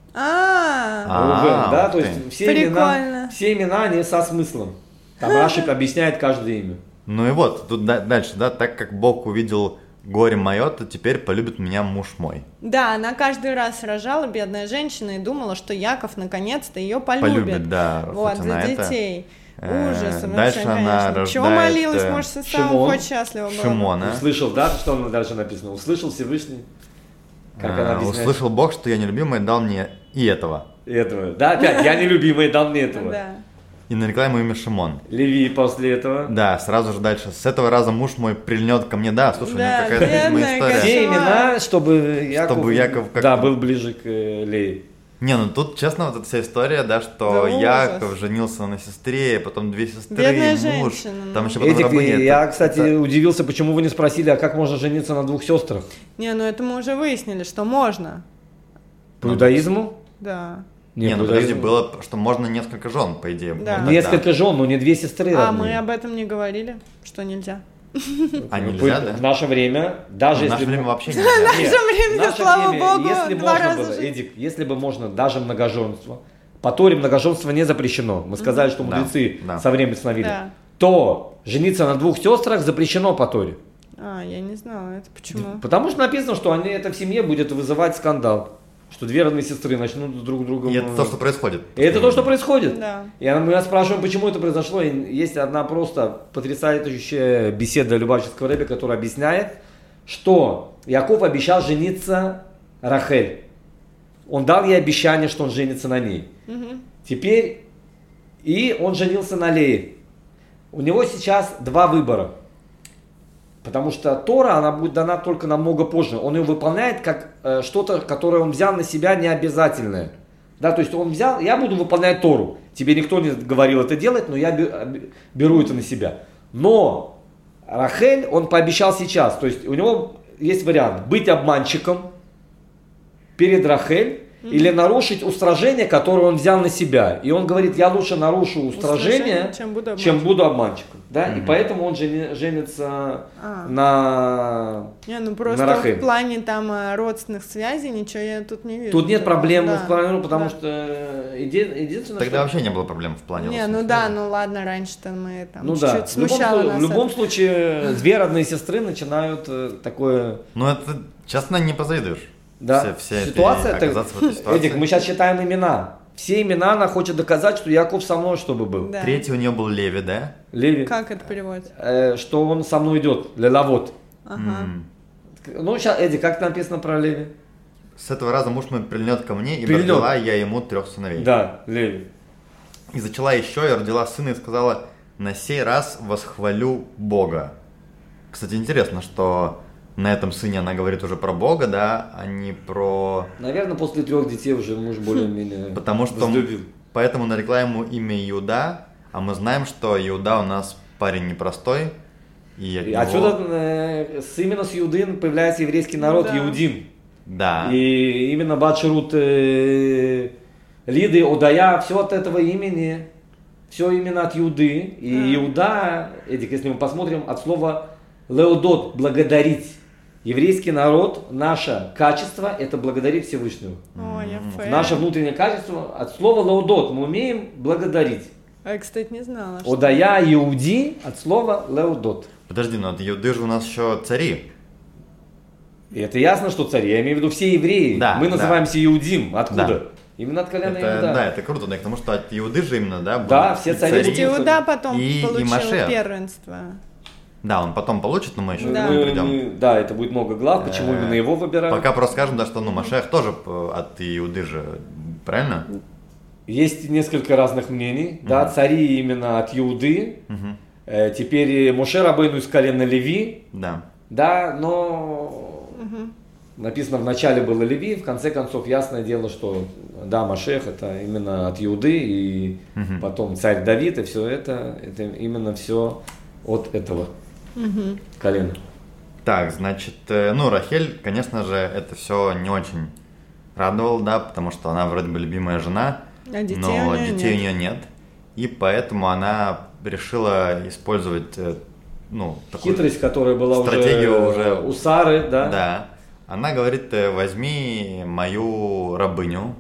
А, Реувен, да, то есть все прикольно. имена, все имена, они со смыслом. Там Раши объясняет каждое имя. Ну и вот, тут дальше, да, так как Бог увидел горе мое, то теперь полюбит меня муж мой. Да, она каждый раз рожала, бедная женщина, и думала, что Яков наконец-то ее полюбит. Полюбит, да. Вот, за детей. Это... Ужас, дальше вообще, она конечно. рождает... Чего молилась, может, с Исавом хоть счастлива была. Шимона. Услышал, да, что она дальше написано? Услышал Всевышний, как а, она объясняет. Услышал Бог, что я нелюбимый, дал мне и этого. И этого. Да, опять, я нелюбимый, дал мне этого. Да. И нарекла ему имя Шимон. Леви после этого. Да, сразу же дальше. С этого раза муж мой прильнет ко мне. Да, слушай, да, у меня какая-то моя история. Все имена, чтобы Яков, чтобы Яков как-то... да, был ближе к э, Лее. Не, ну тут, честно, вот эта вся история, да, что да, Яков ужас. женился на сестре, потом две сестры, бедная муж. женщина. Там еще потом Эдик, рабыня. я, кстати, это... удивился, почему вы не спросили, а как можно жениться на двух сестрах? Не, ну это мы уже выяснили, что можно. По иудаизму? Да. Не, не ну подожди, было, что можно несколько жен, по идее. Да. Вот несколько жен, но не две сестры. А родные. мы об этом не говорили, что нельзя. А нельзя, да? В наше время, даже в если... наше время вообще нельзя. В наше время, слава богу, если два можно раза было, жить. Эдик, если бы можно, даже многоженство, по Торе многоженство не запрещено, мы сказали, что мудрецы да, да. со временем установили, Да. то жениться на двух сестрах запрещено по Торе. А, я не знала, это почему? Потому что написано, что они, это в семье будет вызывать скандал. Что две родные сестры начнут друг другом... И это то, что происходит. И это то, что происходит. Да. И мы спрашиваем, почему это произошло. И есть одна просто потрясающая беседа Любавческого рэбби, которая объясняет, что Яков обещал жениться Рахель. Он дал ей обещание, что он женится на ней. Угу. Теперь и он женился на Лее. У него сейчас два выбора. Потому что Тора, она будет дана только намного позже. Он ее выполняет как э, что-то, которое он взял на себя необязательное. Да, то есть он взял, я буду выполнять Тору. Тебе никто не говорил это делать, но я беру это на себя. Но Рахель, он пообещал сейчас. То есть у него есть вариант быть обманщиком перед Рахель или нарушить устражение, которое он взял на себя. И он говорит, я лучше нарушу устражение, чем буду обманщиком. чем буду обманщиком. Да? Mm-hmm. И поэтому он жени, женится а. на Не, ну просто на в плане там родственных связей ничего я тут не вижу. Тут нет проблем, да. в плане, потому да. что единственное, Тогда что... вообще не было проблем в плане Не, ну да, ну ладно, раньше-то мы там ну, чуть-чуть да. смущало в любом, нас. в любом это. случае, две родные сестры начинают такое... Ну это, честно, не позавидуешь. Да. Все, все Ситуация, эти, оказаться в этой ситуации. Эдик, мы сейчас считаем имена. Все имена она хочет доказать, что Яков со мной, чтобы был. Да. Третий у нее был Леви, да? Леви. Как это переводится? Э, что он со мной идет, лелавод. Ага. М. Ну, сейчас, Эдик, как написано про Леви? С этого раза муж мой прильнет ко мне, и Прильнет. родила я ему трех сыновей. Да, Леви. И зачала еще, и родила сына, и сказала, на сей раз восхвалю Бога. Кстати, интересно, что на этом сыне она говорит уже про Бога, да, а не про... Наверное, после трех детей уже муж более-менее Потому что возлюбил. поэтому нарекла ему имя Иуда, а мы знаем, что Иуда у нас парень непростой. И от И него- отсюда э, с, именно с Иудин появляется еврейский народ, Да. Иудим. Да. И именно Батшерут э, Лиды, Одая, все от этого имени, все именно от Иуды. И А. Иуда, Эдик, если мы посмотрим, от слова леодот, благодарить. Еврейский народ, наше качество, это благодарить Всевышнего. Ой, я фэ. Наше внутреннее качество, от слова леодот, мы умеем благодарить. А я, кстати, не знала. что- Одая, Иуди, от слова леодот. Подожди, но от Иуды же у нас еще цари. И это ясно, что цари, я имею в виду все евреи. Да, Мы да. называемся Иудим. Откуда? Да. Именно от колена Это, Иуда. да, это круто, да, потому что от Иуды же именно, да, Да, будут все и цари То есть Иуда потом И- и получил Машех. первенство. Да, он потом получит, но мы еще Да. к этому Мы- придем. мы- да, это будет много глав, почему Э, именно его выбирают. Пока просто скажем, да, что ну Машех тоже п- от Иуды же, правильно? Есть несколько разных мнений. Да, цари именно от Иуды. Мгм. Э, теперь Моше Рабейну из колена Леви. Да. Да, но написано в начале было Леви, в конце концов ясное дело, что да, Машех это именно от Иуды, и Мгм. потом царь Давид, и все это, это именно все от этого колена. Так, значит, э, ну, Рахель, конечно же, это все не очень радовало, да, потому что она вроде бы любимая жена, А детей но у неё детей нет. у нее нет. И поэтому она решила использовать, э, ну, такую... Хитрость, которая была стратегию уже, уже- у Сары, да? Да. Она говорит, э, возьми мою рабыню.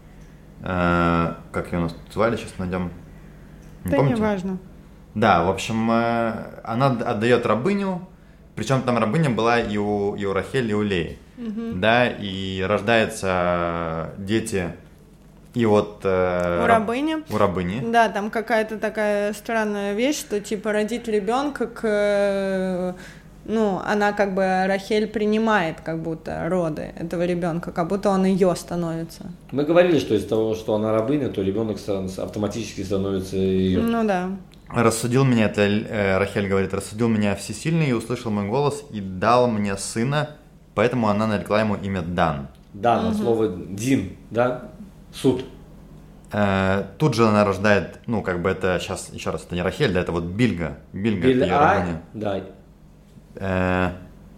Э, как ее у нас тут звали, сейчас найдем. Не Да не помните? важно. Да, в общем, э, она отдает рабыню, причем там рабыня была и у, и у Рахель, и у Леи. Да, и рождаются дети и от... э, У раб- рабыни. У рабыни. Да, там какая-то такая странная вещь, что типа родить ребенка к... э, Ну, она как бы, Рахель принимает как будто роды этого ребенка, как будто он ее становится. Мы говорили, что из-за того, что она рабыня, то ребенок ста- автоматически становится ее. Ну да. Рассудил меня, это э, Рахель говорит, рассудил меня всесильный и услышал мой голос и дал мне сына, поэтому она нарекла ему имя Дан. Да, на слово Дин, да? Суд. Э, тут же она рождает, ну, как бы это сейчас, еще раз, это не Рахель, да, это вот Бильга. Бильга, это ее Биль-Ай, рабыня. да. Э,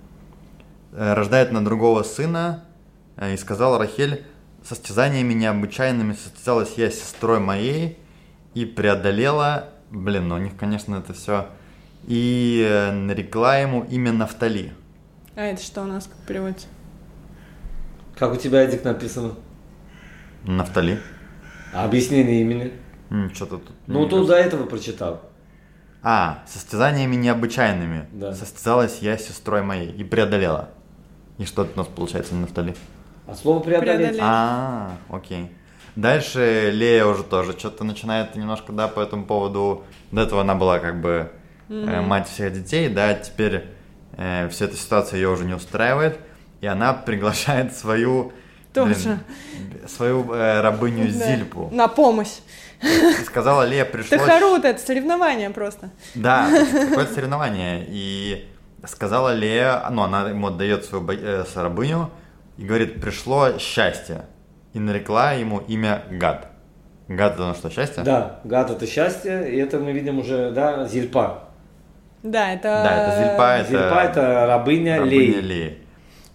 э, рождает на другого сына, э, и сказала Рахель, состязаниями необычайными состязалась я с сестрой моей и преодолела, блин, ну у них, конечно, это все, и э, нарекла ему имя Нафтали. А это что у нас как переводится? Как у тебя, Эдик, написано? Нафтали. А объяснение имени? Что-то тут... Ну, не тут до этого прочитал. А, состязаниями необычайными Да. состязалась я с сестрой моей и преодолела. И что это у нас получается на Нафтали? А слово преодолеть? Преодолеть. А, окей. Дальше Лея уже тоже что-то начинает немножко, да, по этому поводу. До этого она была как бы э, мать всех детей, да, теперь э, вся эта ситуация ее уже не устраивает, и она приглашает свою, Тоже. блин, свою э, рабыню Да. Зильпу. На помощь. И сказала, Лея, пришлось... Тахарут, это соревнование просто. Да, какое-то соревнование. И сказала Лея, ну, она ему отдает свою бо- э, с- рабыню и говорит, пришло счастье. И нарекла ему имя Гад. Гад это ну что, счастье? Да, гад это счастье, и это мы видим уже, да, Зильпа. Да, это... Да, это Зильпа, это, Зильпа это рабыня, рабыня Леи. Леи.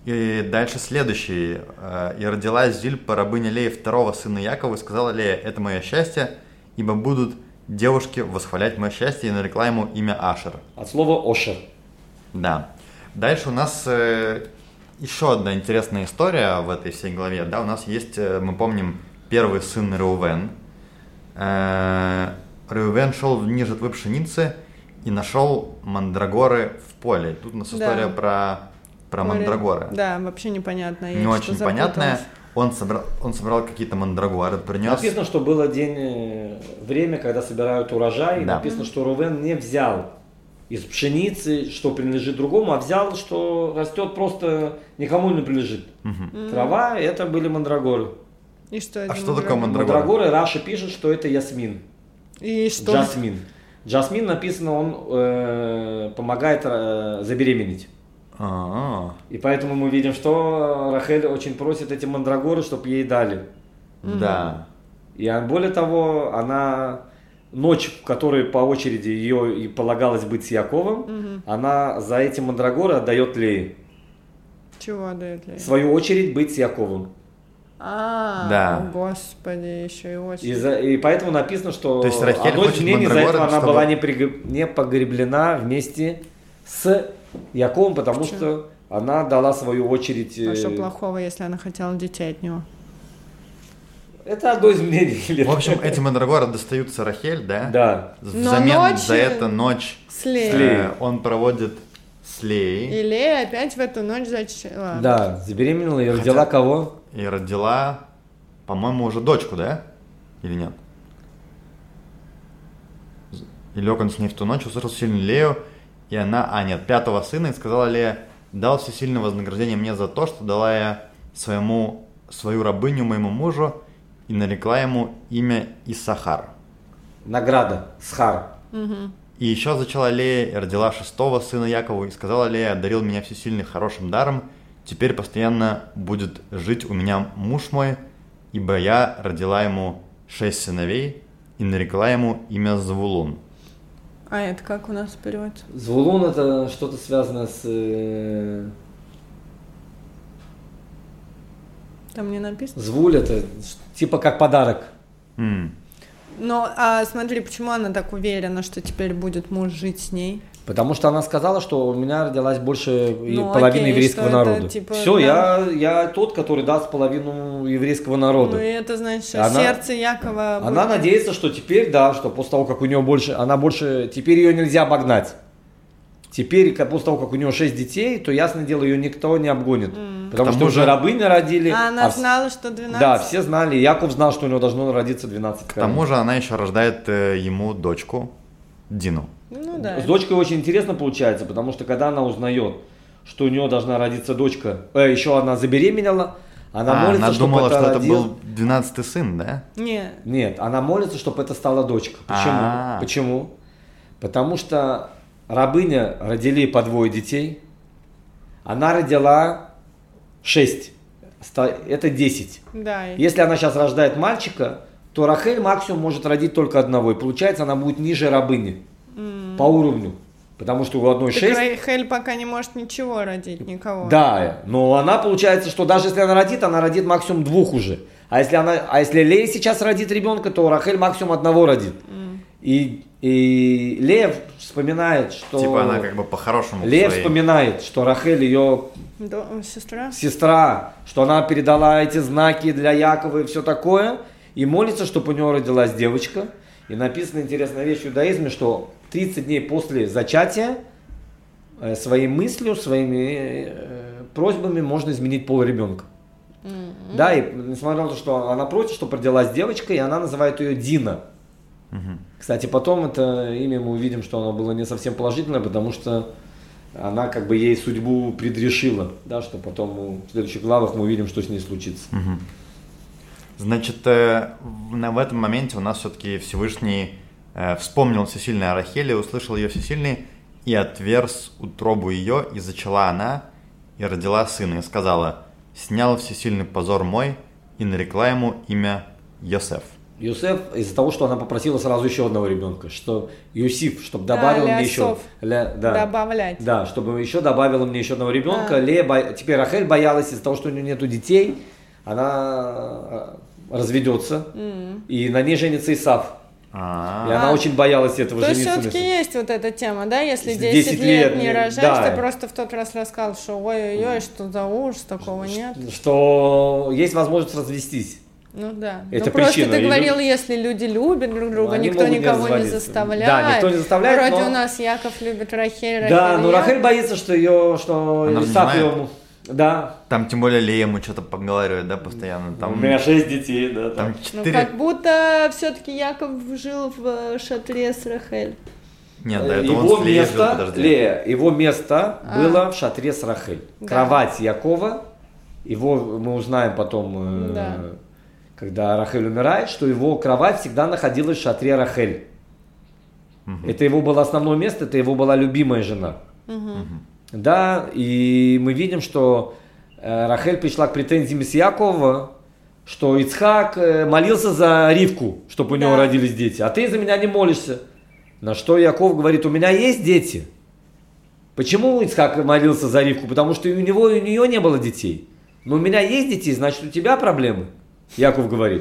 И дальше следующий. «И родилась Зильпа, рабыня Леи, второго сына Якова, и сказала Лея: это мое счастье, ибо будут девушки восхвалять мое счастье, и нарекла ему имя Ашер». От слова Ошер. Да. Дальше у нас э, еще одна интересная история в этой всей главе. Да, у нас есть, э, мы помним, первый сын Реувен. Э, Реувен шел в дни жатвы пшеницы и нашел мандрагоры в поле. Тут у нас Да. история про, про Поле. мандрагоры. Да, вообще непонятно. Не очень понятная. Он собрал, он собрал какие-то мандрагоры, принес. Написано, что было день, э, время, когда собирают урожай. И Да. написано, что Рувен не взял из пшеницы, что принадлежит другому, а взял, что растет просто никому не принадлежит. Мгм. Трава, это были мандрагоры. И что это? А что такое мандрагора? мандрагора? Мандрагоры, Раша пишет, что это ясмин. И что? Джасмин. Джасмин написано, он э, помогает э, забеременеть. А-а. И поэтому мы видим, что Рахель очень просит эти мандрагоры, чтобы ей дали. Да. И а, более того, она ночь, в которой по очереди ее и полагалось быть с Яковом, она за эти мандрагоры отдает Лее. Чего дает ли? Свою очередь быть с Яковом. А, Да. господи, еще и очень. И, за- и поэтому написано, что То есть Рахель одно из хочет мнений, за мандрагоры, это она чтобы- была не, пригреб- не погреблена вместе с Яковом, потому Почему? что она дала свою очередь. А что э, плохого, если она хотела детей от него? Это одно из мнений. В общем, эти мандрагоры достаются Рахель, да? Да. Но Взамен ночью- за это ночь Слей. Слей. э, он проводит с Леей И Лея опять в эту ночь зачала. Да, забеременела и Хотя- родила кого? и родила, по-моему, уже дочку, да? Или нет? И лег он с ней в ту ночь, услышал сильную Лею, и она, а нет, пятого сына, и сказала Лея: дал всесильное вознаграждение мне за то, что дала я своему, свою рабыню моему мужу, и нарекла ему имя Иссахар. Награда, схар. И еще зачала Лея и родила шестого сына Якову, и сказала Лея: одарил меня всесильный хорошим даром, теперь постоянно будет жить у меня муж мой, ибо я родила ему шесть сыновей, и нарекла ему имя Завулун. А это как у нас переводится? Звулун это что-то связано с... э, Там не написано. Звуль это типа как подарок. М. Но, а смотри, почему она так уверена, что теперь будет муж жить с ней? Потому что она сказала, что у меня родилась больше и Ну, половины окей, еврейского что это, народа. типа, Все, да. я, я тот, который даст половину еврейского народа. Ну и это значит, что Она- сердце Якова... Она будет- надеется, что теперь, да, что после того, как у нее больше, она больше, теперь ее нельзя обогнать. Теперь, как- после того, как у нее шесть детей, то, ясное дело, ее никто не обгонит. Потому К что тому уже же- рабыни родили. А она а вс- знала, что двенадцать? Да, все знали. Яков знал, что у него должно родиться двенадцать. К тому же она еще рождает э, ему дочку Дину. Ну да. С дочкой очень интересно получается, потому что когда она узнает, что у нее должна родиться дочка, э, еще она забеременела, она А, молится, она чтобы думала, это что это родил- был двенадцатый сын, да? Не, Нет, она молится, чтобы это стала дочка. Почему? А. Почему? Потому что рабыня родили по двое детей, она родила шесть, ста- это десять. да. и- Если она сейчас рождает мальчика, то Рахель максимум может родить только одного, и получается она будет ниже рабыни по уровню, потому что у одной Так шесть. Рахель пока не может ничего родить, никого. Да, но она получается, что даже если она родит, она родит максимум двух уже. А если она, а если Лея сейчас родит ребенка, то Рахель максимум одного родит. И, и Лея вспоминает, что Типа она как бы по-хорошему. к Лея своей- вспоминает, что Рахель ее До- Сестра? сестра, что она передала эти знаки для Якова и все такое, и молится, чтобы у него родилась девочка. И написана интересная вещь в иудаизме, что тридцать дней после зачатия э, своей мыслью, своими э, просьбами можно изменить пол ребенка. Да, и несмотря на то, что она просит, чтобы родилась девочка, и она называет ее Дина. Кстати, потом это имя мы увидим, что оно было не совсем положительное, потому что она как бы ей судьбу предрешила, да, что потом мы, в следующих главах мы увидим, что с ней случится. Значит, э, в, на- в этом моменте у нас все-таки Всевышний э, вспомнил всесильной о Рахеле, услышал ее всесильный и отверз утробу ее, и зачала она, и родила сына, и сказала: снял всесильный позор мой, и нарекла ему имя Йосеф. Юсеф из-за того, что она попросила сразу еще одного ребенка, что Юсиф, чтобы добавил а, мне еще, ля, да, добавлять, да, чтобы еще добавила мне еще одного ребенка. А. Лея, бо... теперь Рахель боялась из-за того, что у нее нету детей, она разведется, mm. и на ней женится Исав. А-а-а. И она а. очень боялась этого То жениться. То есть все-таки есть вот эта тема, да, если десять, десять лет, лет не рожаешь, да. ты просто в тот раз рассказал, что ой-ой-ой, что за ужас, такого нет. Что есть возможность развестись. Ну да. Это ну, просто причина. ты говорил, если люди любят друг друга, Они никто никого не, не заставляет. Да, никто не заставляет. Вроде но... у нас Яков любит Рахель, Рахель. Да, но Яков. Рахель боится, что ее, что Исав ее... Да. Там тем более Лея ему что-то поговаривает, да, постоянно. Там... У меня шесть детей, да. Там четыре... Ну, как будто все-таки Яков жил в шатре с Рахель. Нет, да, это его он с Леей место, жил, подожди. Лея, его место а. было в шатре с Рахель. Да. Кровать Якова, его мы узнаем потом, да. э, когда Рахель умирает, что его кровать всегда находилась в шатре Рахель. Угу. Это его было основное место, это его была любимая жена. Угу. Да, и мы видим, что э, Рахель пришла к претензиям с Якова, что Ицхак э, молился за Ривку, чтобы у да. него родились дети, а ты за меня не молишься. На что Яков говорит, у меня есть дети. Почему Ицхак молился за Ривку? Потому что и у него, и у нее не было детей. Но у меня есть дети, значит у тебя проблемы, Яков говорит.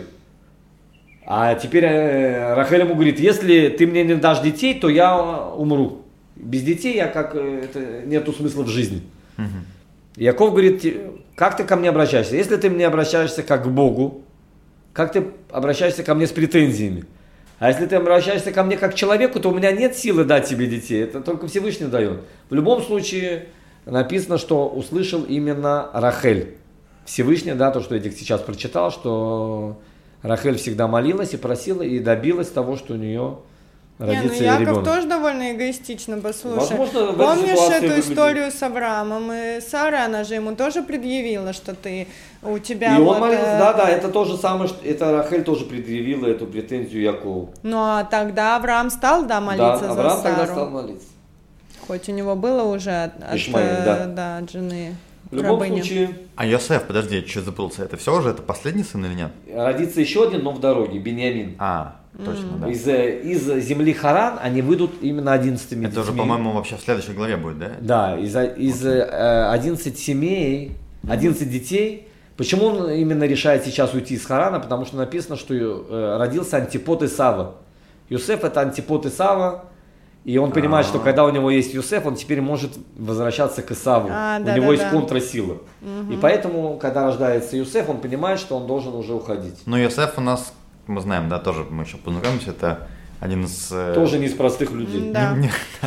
А теперь э, Рахель ему говорит, если ты мне не дашь детей, то я умру. Без детей я как, это, нету смысла в жизни. Угу. Яков говорит, как ты ко мне обращаешься? Если ты мне обращаешься как к Богу, как ты обращаешься ко мне с претензиями? А если ты обращаешься ко мне как к человеку, то у меня нет силы дать тебе детей. Это только Всевышний дает. В любом случае написано, что услышал именно Рахель. Всевышний, да, то, что я сейчас прочитал, что Рахель всегда молилась и просила, и добилась того, что у нее... родится Не, ну Яков ребенок. Тоже довольно эгоистично, послушай. Возможно, помнишь эту выглядит... историю с Авраамом и Сарой, она же ему тоже предъявила, что ты, у тебя И вот, он молился, э... да, да, это то же самое, что это Рахель тоже предъявила эту претензию Якову. Ну а тогда Авраам стал, да, молиться да, за Авраам Сару? тогда стал молиться. Хоть у него было уже от, Ишмаэль, от, да. Да, от жены. В любом рабыни. случае... А Йосеф, подожди, что забылся, это все уже, это последний сын или нет? Родится еще один, но в дороге, Беньямин. А, точно, mm. да. Из, из земли Харан они выйдут именно одиннадцатыми детьми. Это уже, по-моему, вообще в следующей главе будет, да? Да, из, из э, одиннадцати семей, одиннадцать детей. Почему он именно решает сейчас уйти из Харана? Потому что написано, что э, родился антипод Исава. Йосеф это антипод Исава. И он понимает, А-а-а. что когда у него есть Йосеф, он теперь может возвращаться к Исаву. А, у да, да, него есть да. контрасила. Угу. И поэтому, когда рождается Йосеф, он понимает, что он должен уже уходить. Ну, Йосеф у нас, мы знаем, да, тоже мы еще познакомимся, это один из... Тоже не из простых людей. Да.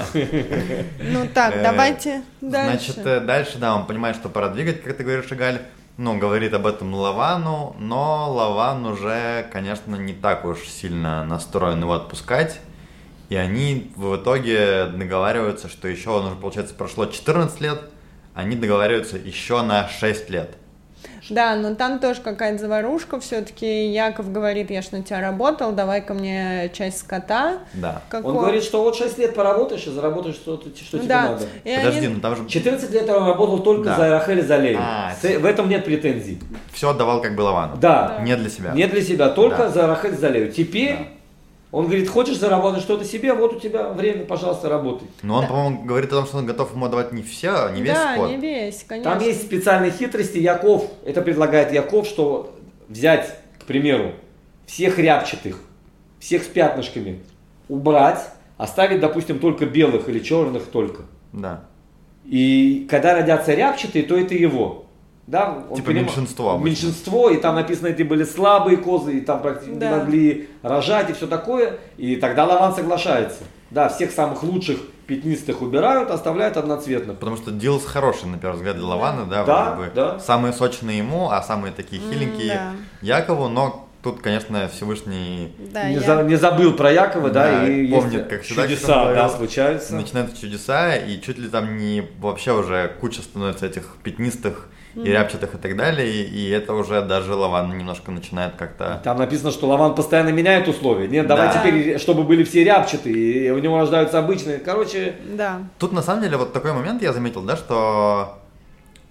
Ну так, давайте дальше. Значит, дальше, да, он понимает, что пора двигать, как ты говоришь, Игаль. Ну, говорит об этом Лавану, но Лаван уже, конечно, не так уж сильно настроен его отпускать. И они в итоге договариваются, что еще, он уже, получается, прошло четырнадцать лет, они договариваются еще на шесть лет. Да, но там тоже какая-то заварушка, все-таки Яков говорит, я ж на тебя работал, давай-ка мне часть скота. Да. Какого... Он говорит, что вот шесть лет поработаешь и заработаешь что-то, что тебе да. надо. И Подожди, они... ну там же... четырнадцать лет он работал только да. за Рахель и за Лею. А, в этом нет претензий. Все отдавал как бы Лавану. Да. Не для себя. Не для себя, только да. за Рахель и за Лею. Теперь... Да. Он говорит, хочешь заработать что-то себе, вот у тебя время, пожалуйста, работай. Но он, да. по-моему, говорит о том, что он готов ему отдавать не все, не весь да, скот. Да, не весь, конечно. Там есть специальные хитрости. Яков, это предлагает Яков, что взять, к примеру, всех рябчатых, всех с пятнышками, убрать, оставить, допустим, только белых или черных только. Да. И когда родятся рябчатые, то это его. Да, он типа поним... меньшинство. Обычно. Меньшинство, и там написано, это были слабые козы, и там практически да. не могли рожать, и все такое. И тогда Лаван соглашается. Да, всех самых лучших пятнистых убирают, оставляют одноцветных. Потому что дилс хороший, на первый взгляд, для Лавана, да, да, вроде бы. Да. Самые сочные ему, а самые такие хиленькие да. Якову, но тут, конечно, Всевышний да, не, я... за, не забыл про Якова, да, да и помнит, как всегда, чудеса, да, случаются. Начинаются чудеса, и чуть ли там не вообще уже куча становится этих пятнистых и рябчатых и так далее, и, и это уже даже Лаван немножко начинает как-то... Там написано, что Лаван постоянно меняет условия. Нет, давай да. теперь, чтобы были все рябчатые, и у него рождаются обычные. Короче... Да. Тут на самом деле вот такой момент я заметил, да, что вот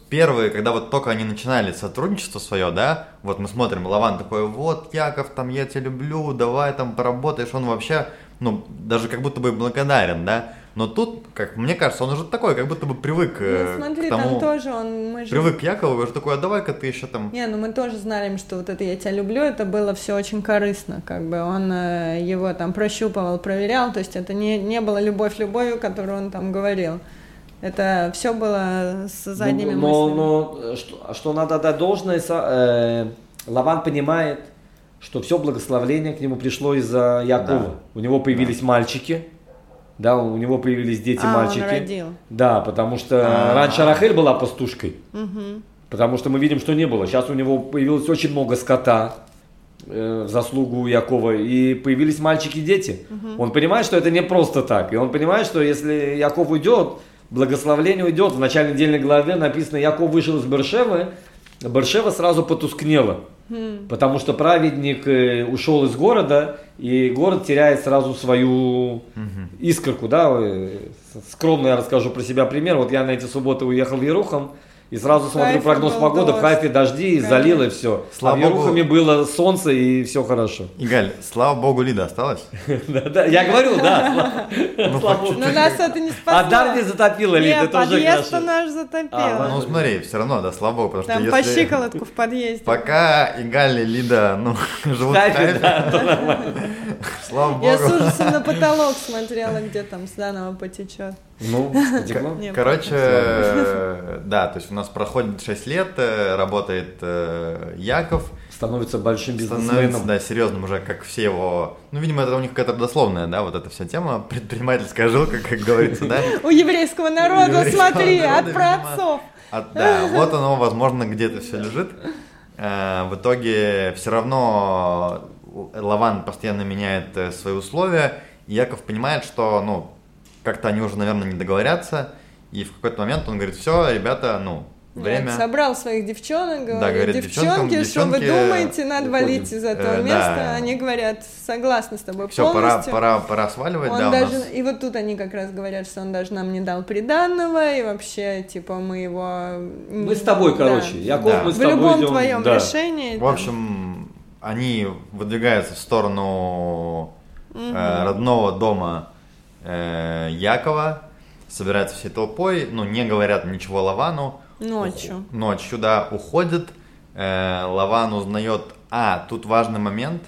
первые, когда вот только они начинали сотрудничество свое, да, вот мы смотрим, Лаван такой, вот, Яков, там, я тебя люблю, давай там поработаешь, он вообще, ну, даже как будто бы благодарен, да, но тут, как мне кажется, он уже такой, как будто бы привык Ну, смотри, к тому, там тоже он... Мы же... привык к Якову, и уже такой, а давай-ка ты еще там... Не, ну мы тоже знали, что вот это «я тебя люблю», это было все очень корыстно, как бы он э, его там прощупывал, проверял, то есть это не, не было любовь любовью, которую он там говорил. Это все было с задними но, мыслями. Но, но что, что надо отдать должное, э, Лаван понимает, что все благословление к нему пришло из-за Якова. Да. У него появились да. мальчики, да, у него появились дети-мальчики. А, он родил. Да, потому что А-а-а. раньше Рахель была пастушкой, Угу. потому что мы видим, что не было. Сейчас у него появилось очень много скота э, в заслугу Якова, и появились мальчики-дети. Угу. Он понимает, что это не просто так, и он понимает, что если Яков уйдет, благословление уйдет. В начальной недельной главе написано, Яков вышел из Бершевы, Бершева сразу потускнела, mm. потому что праведник ушел из города, и город теряет сразу свою mm-hmm. искорку. Да? Скромно я расскажу про себя пример. Вот я на эти субботы уехал в Ерухам, и сразу смотрю прогноз погоды, в Хайфе дожди, и залило, и все. Слава а в Ерухаме было солнце, и все хорошо. Игаль, слава богу, Лида осталась. Я говорю, да. Но нас это не спасло. А дар не затопило, Лида, это уже хорошо. Подъезд наш затопило. Ну смотри, все равно, да, слава богу, потому что если... Там по щиколотку в подъезде. Пока Игаль и Лида, ну, живут в Хайфе, то нормально. Слава богу. Я с ужасом на потолок смотрела, где там заново потечет. Ну, короче, да, то есть у нас проходит шесть лет, работает Яков. Становится большим бизнесменом. Становится, да, серьезным уже, как все его... Ну, видимо, это у них какая-то родословная, да, вот эта вся тема, предпринимательская жилка, как говорится, да. У еврейского народа, смотри, от праотцов. Да, вот оно, возможно, где-то все лежит. В итоге все равно Лаван постоянно меняет свои условия, и Яков понимает, что, ну, как-то они уже, наверное, не договорятся, и в какой-то момент он говорит, все, ребята, ну, время... Нет, собрал своих девчонок, говорит, да, говорит девчонки, девчонки, что вы думаете, надо уходим. валить из этого э, места, да. Они говорят, согласны с тобой все, полностью. пора, пора, пора сваливать, он да, даже, у нас... И вот тут они как раз говорят, что он даже нам не дал приданного, и вообще, типа, мы его... Мы с тобой, да. короче, Яков, да. мы с В тобой любом идем, твоем да. решении. В общем, они выдвигаются в сторону угу. э, родного дома э, Якова, собираются всей толпой, ну, не говорят ничего Лавану. Ночью. Ночью, да, уходит. Э, Лаван узнает... А, тут важный момент,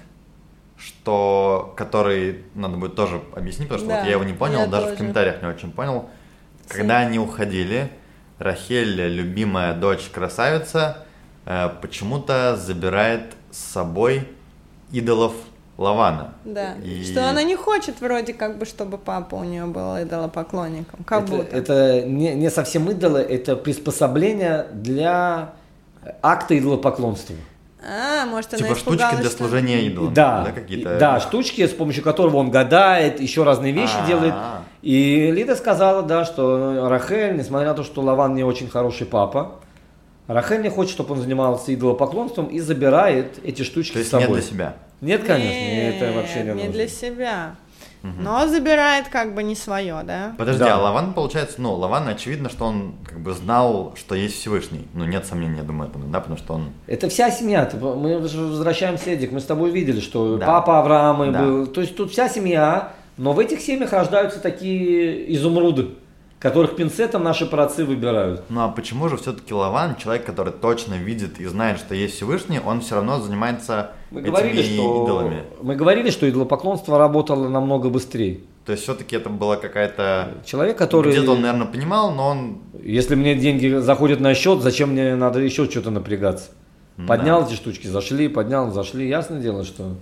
что, который надо будет тоже объяснить, потому что да, вот я его не понял, даже тоже. в комментариях не очень понял. Когда они уходили, Рахель, любимая дочь красавица, э, почему-то забирает с собой идолов Лавана. Да, и... что она не хочет вроде как бы, чтобы папа у нее был идолопоклонником, как это, будто. Это не, не совсем идолы, это приспособление для акта идолопоклонства. А, может, она типа штучки для что... служения идолам. Да, да, какие-то... да, штучки, с помощью которого он гадает, еще разные вещи А-а-а. делает. И Лида сказала, да, что Рахель, несмотря на то, что Лаван не очень хороший папа, Рахель не хочет, чтобы он занимался идолопоклонством и забирает эти штучки То есть с собой. не для себя. Нет, конечно, Нет, это вообще не, не нужно. для себя. Угу. Но забирает как бы не свое, да? Подожди, Да. а Лаван, получается, ну, Лаван, очевидно, что он как бы знал, что есть Всевышний. Ну, нет сомнений, я думаю, этом, да, потому что он... Это вся семья. Ты- Мы возвращаемся, Эдик, мы с тобой видели, что Да. папа Авраама Да. был. То есть тут вся семья, но в этих семьях рождаются такие изумруды, которых пинцетом наши праотцы выбирают. Ну, а почему же все-таки Лаван, человек, который точно видит и знает, что есть Всевышний, он все равно занимается Мы этими говорили, что, идолами? мы говорили, что идолопоклонство работало намного быстрее. То есть все-таки это была какая-то... Человек, который... Где-то он, наверное, понимал, но он... Если мне деньги заходят на счет, зачем мне надо еще что-то напрягаться? Поднял Да. эти штучки, зашли, поднял, зашли. Ясное дело, что...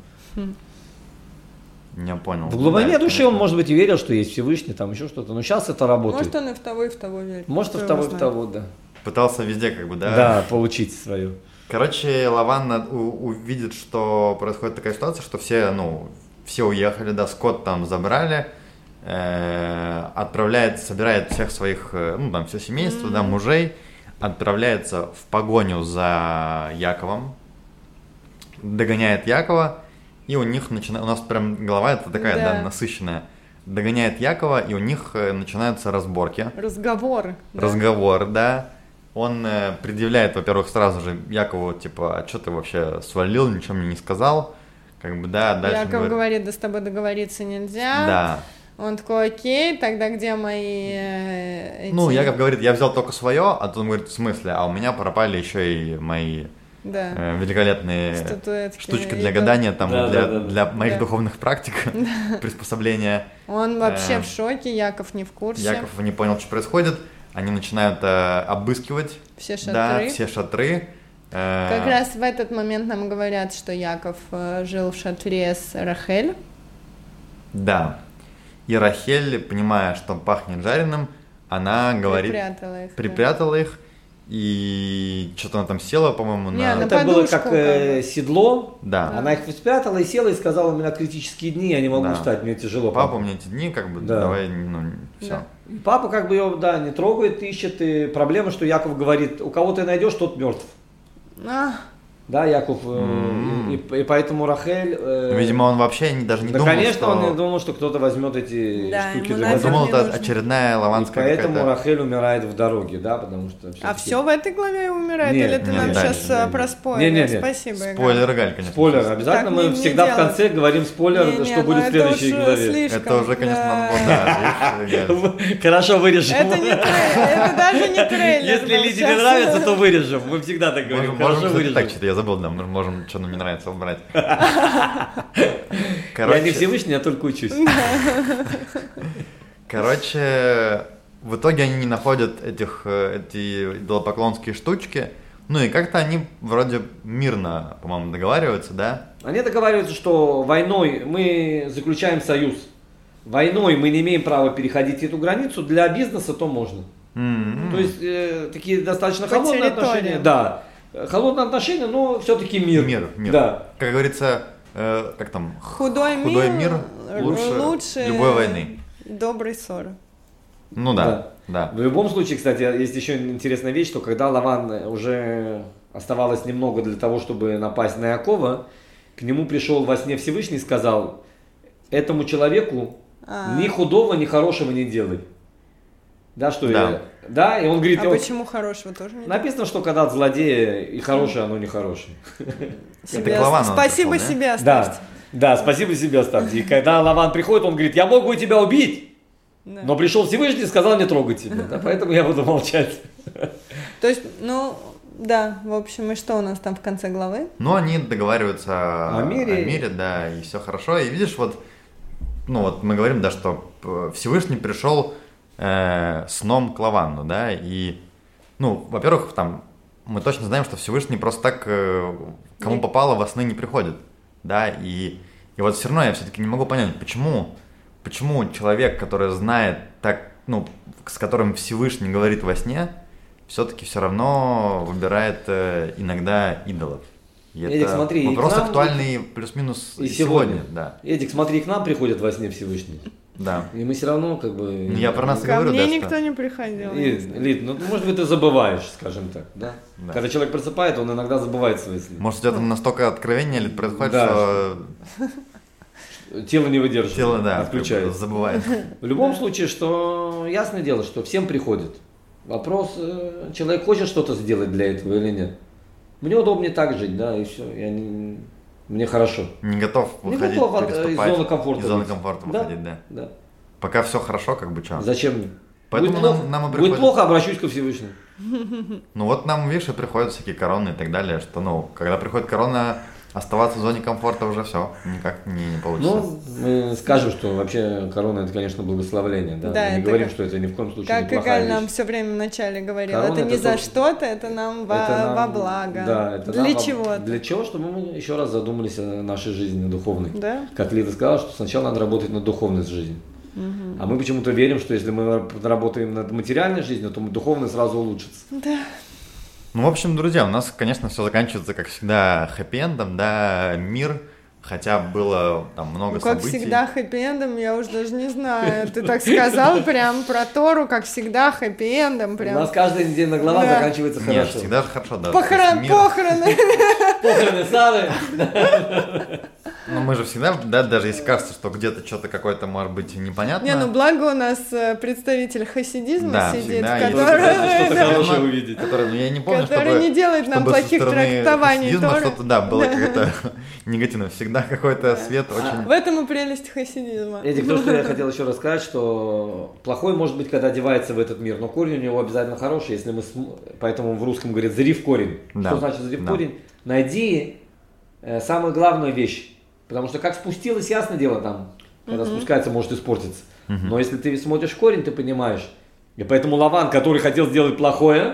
Не понял. В глубине Да, души он, конечно. может быть, и верил, что есть Всевышний, там еще что-то. Но сейчас это работает. Может, он и в того, и в того верит. Может, и Кто в того, и его в знает. того, да. Пытался везде как бы, да? Да, получить свое. Короче, Лаван на- у- увидит, что происходит такая ситуация, что все, ну, все уехали, да, скот там забрали, э, отправляет, собирает всех своих, э, ну, там, все семейство, да, мужей, отправляется в погоню за Яковом, догоняет Якова, и у них начинает, у нас прям голова это такая, да, Да. насыщенная, догоняет Якова, и у них э, начинаются разборки, Разговоры. да. разговор, да. он э, предъявляет, во-первых, сразу же Якову, типа, а что ты вообще свалил, ничего мне не сказал, как бы, да, дальше... Яков говорит, говорит, да с тобой договориться нельзя. Да. Он такой, окей, тогда где мои э, эти... Ну, Яков говорит, я взял только свое, а тут он говорит, в смысле, а у меня пропали еще и мои да. э, великолепные статуэтки. Штучки для И гадания, там, да, для, да, да, для моих да. духовных практик, приспособления. Он вообще Э, в шоке, Яков не в курсе. Яков не понял, что происходит, они начинают э, обыскивать Все шатры. да, все шатры. Э, Как раз в этот момент нам говорят, что Яков э, жил в шатре с Рахель. Да. И Рахель, понимая, что пахнет жареным, она говорит... Припрятала их. Припрятала да. их. И что-то она там села, по-моему, Не, на... она Это было как подушку, э, как бы. седло. Да. Она их спрятала и села и сказала, у меня критические дни, я не могу Да. встать, мне тяжело. Папа, у меня эти дни, как бы, Да. давай, ну, все. Да. И папа как бы ее, да, не трогает, ищет. И проблема, что Яков говорит, у кого ты найдешь, тот мертв. А, Да, Яков, э, М. и, и- и поэтому Рахель... э, Видимо, он вообще не- даже не да, думал, конечно, что... он не думал, что кто-то возьмет эти Да, штуки ему для Он нафиг думал, не это нужно. очередная И лаванская поэтому какая-то... Рахель умирает в дороге, да, потому что... а всё-таки- все в этой главе умирает? Нет, Или ты нет, нам дальше, сейчас да, про нет. спойлер? Не, не, не. Спасибо, Игорь. Спойлер, Галь, конечно. Спойлер, слушай. обязательно Так мы не- не всегда в делай. конце говорим спойлер, Не, не, что ну будет в это следующей уж главе. слишком, Это уже, конечно, да. надо было, да, видишь, Галь. Хорошо, вырежем. Это не трейлер, это даже не трейлер. Если был. Лиде не Щас- нравится, то вырежем. Мы всегда так говорим. Можем, Хорошо, можем, кстати, вырежем. так, что-то я забыл, да, мы можем, что нам не нравится, убрать. Я не Всевышний, я только учусь. Короче, в итоге они не находят этих, э, эти идолопоклонские штучки, ну и как-то они вроде мирно, по-моему, договариваются, да? Они договариваются, что войной мы заключаем союз. Войной мы не имеем права переходить эту границу, для бизнеса то можно. М-м. То есть э, такие достаточно По холодные территориям. отношения. Да, холодные отношения, но все-таки мир. Мир, мир. Да. Как говорится, э, как там, Худой мир, худой мир лучше, лучше любой войны. доброй ссоры. Ну да, да. В любом случае, кстати, есть еще интересная вещь, что когда Лаван уже оставалось немного для того, чтобы напасть на Якова, к нему пришел во сне Всевышний и сказал, этому человеку А. ни худого, ни хорошего не делай. Да, что Да. я- да, и он говорит, А он- почему хорошего тоже не написано, что когда от злодея и хорошее, оно не хорошее. Себе к Лавану он Спасибо пришел, да? себе оставьте. Да, да, спасибо себе оставьте. И когда Лаван приходит, он говорит, я мог бы тебя убить, Да. но пришел Всевышний и сказал не трогать тебя. Да, поэтому я буду молчать. То есть, ну, да, в общем, и что у нас там в конце главы? Ну, они договариваются О мире. да, и все хорошо. И видишь, вот, ну вот мы говорим, да, что э, Всевышний пришел э, сном к Лавану, да, и, ну, во-первых, там, мы точно знаем, что Всевышний просто так, э, кому Не- попало, во сны не приходит, да, и, и вот все равно я все-таки не могу понять, почему, почему человек, который знает так, ну, с которым Всевышний говорит во сне, все-таки все равно выбирает э, иногда идолов. И Эдик, это смотри, и к вопрос нам- актуальный плюс-минус И и сегодня. сегодня, да, Эдик, смотри, к нам приходит во сне Всевышний. да. И мы все равно как бы... Ну, я про нас и Ко говорю, мне да, никто что... не приходил. И, Лид, ну может быть ты забываешь, скажем так, да? Да. Когда человек просыпает, он иногда забывает свои сны. Может, у тебя там настолько откровения ли происходит, Да. что Тело не выдерживает, тело, да, отключается. забывает. В любом случае, что ясное дело, что всем приходит. Вопрос, э, человек хочет что-то сделать для этого или нет. Мне удобнее так жить, да, и все. Я не... Мне хорошо. Не готов Не выходить, готов от- переступать, из зоны комфорта из зоны выйти. комфорта Да. выходить, да. Да. Пока все хорошо, как бы что. Зачем мне? Поэтому будет нам- плохо, нам и будет приходит- плохо, обращусь ко Всевышнему. Ну вот нам, видишь, и приходят всякие короны и так далее, что, ну, когда приходит корона, оставаться в зоне комфорта уже все, никак не, не получится. Ну, мы скажем, что вообще корона это, конечно, благословление, да. Да, мы не это говорим, как- что это ни в коем случае Как не плохая Игаль нам вещь. все время вначале говорил, Корона это не это за то- что-то, это нам во, Это нам- во благо. Да, это Для нам во- чего-то. Для чего? Чтобы мы еще раз задумались о нашей жизни духовной. Да? Как Лида сказала, что сначала надо работать над духовной жизнью. А мы почему-то верим, что если мы работаем над материальной жизнью, то духовная сразу улучшится. Да. Ну, в общем, друзья, у нас, конечно, все заканчивается, как всегда, хэппи-эндом, да, мир, хотя было там много Ну, как событий. всегда, хэппи-эндом, я уже даже не знаю. Ты так сказал прям про Тору, как всегда, хэппи-эндом У прям. нас каждая недельная глава Да. заканчивается Нет, хорошо. всегда же хорошо, да. то есть Похорон, мир- похороны. Похороны Сары. Ну, мы же всегда, да, даже если кажется, что где-то что-то какое-то может быть непонятно. Не, ну благо у нас представитель хасидизма да, сидит, который... Что-то хорошее увидеть. Который, ну, я не помню, который чтобы, не делает нам плохих трактований Торы. Что-то, да, было какое-то негативное. Всегда какой-то свет очень... В этом и прелесть хасидизма. Эдик, то, что я хотел еще рассказать, что плохой может быть, когда одевается в этот мир, но корень у него обязательно хороший, если мы... Поэтому в русском говорят «зрив корень». Да. Что значит «зрив да. корень»? Найди э, самую главную вещь. Потому что как спустилось, ясно дело, там, когда uh-huh. спускается, может испортиться. Uh-huh. Но если ты смотришь корень, ты понимаешь. И поэтому Лаван, который хотел сделать плохое,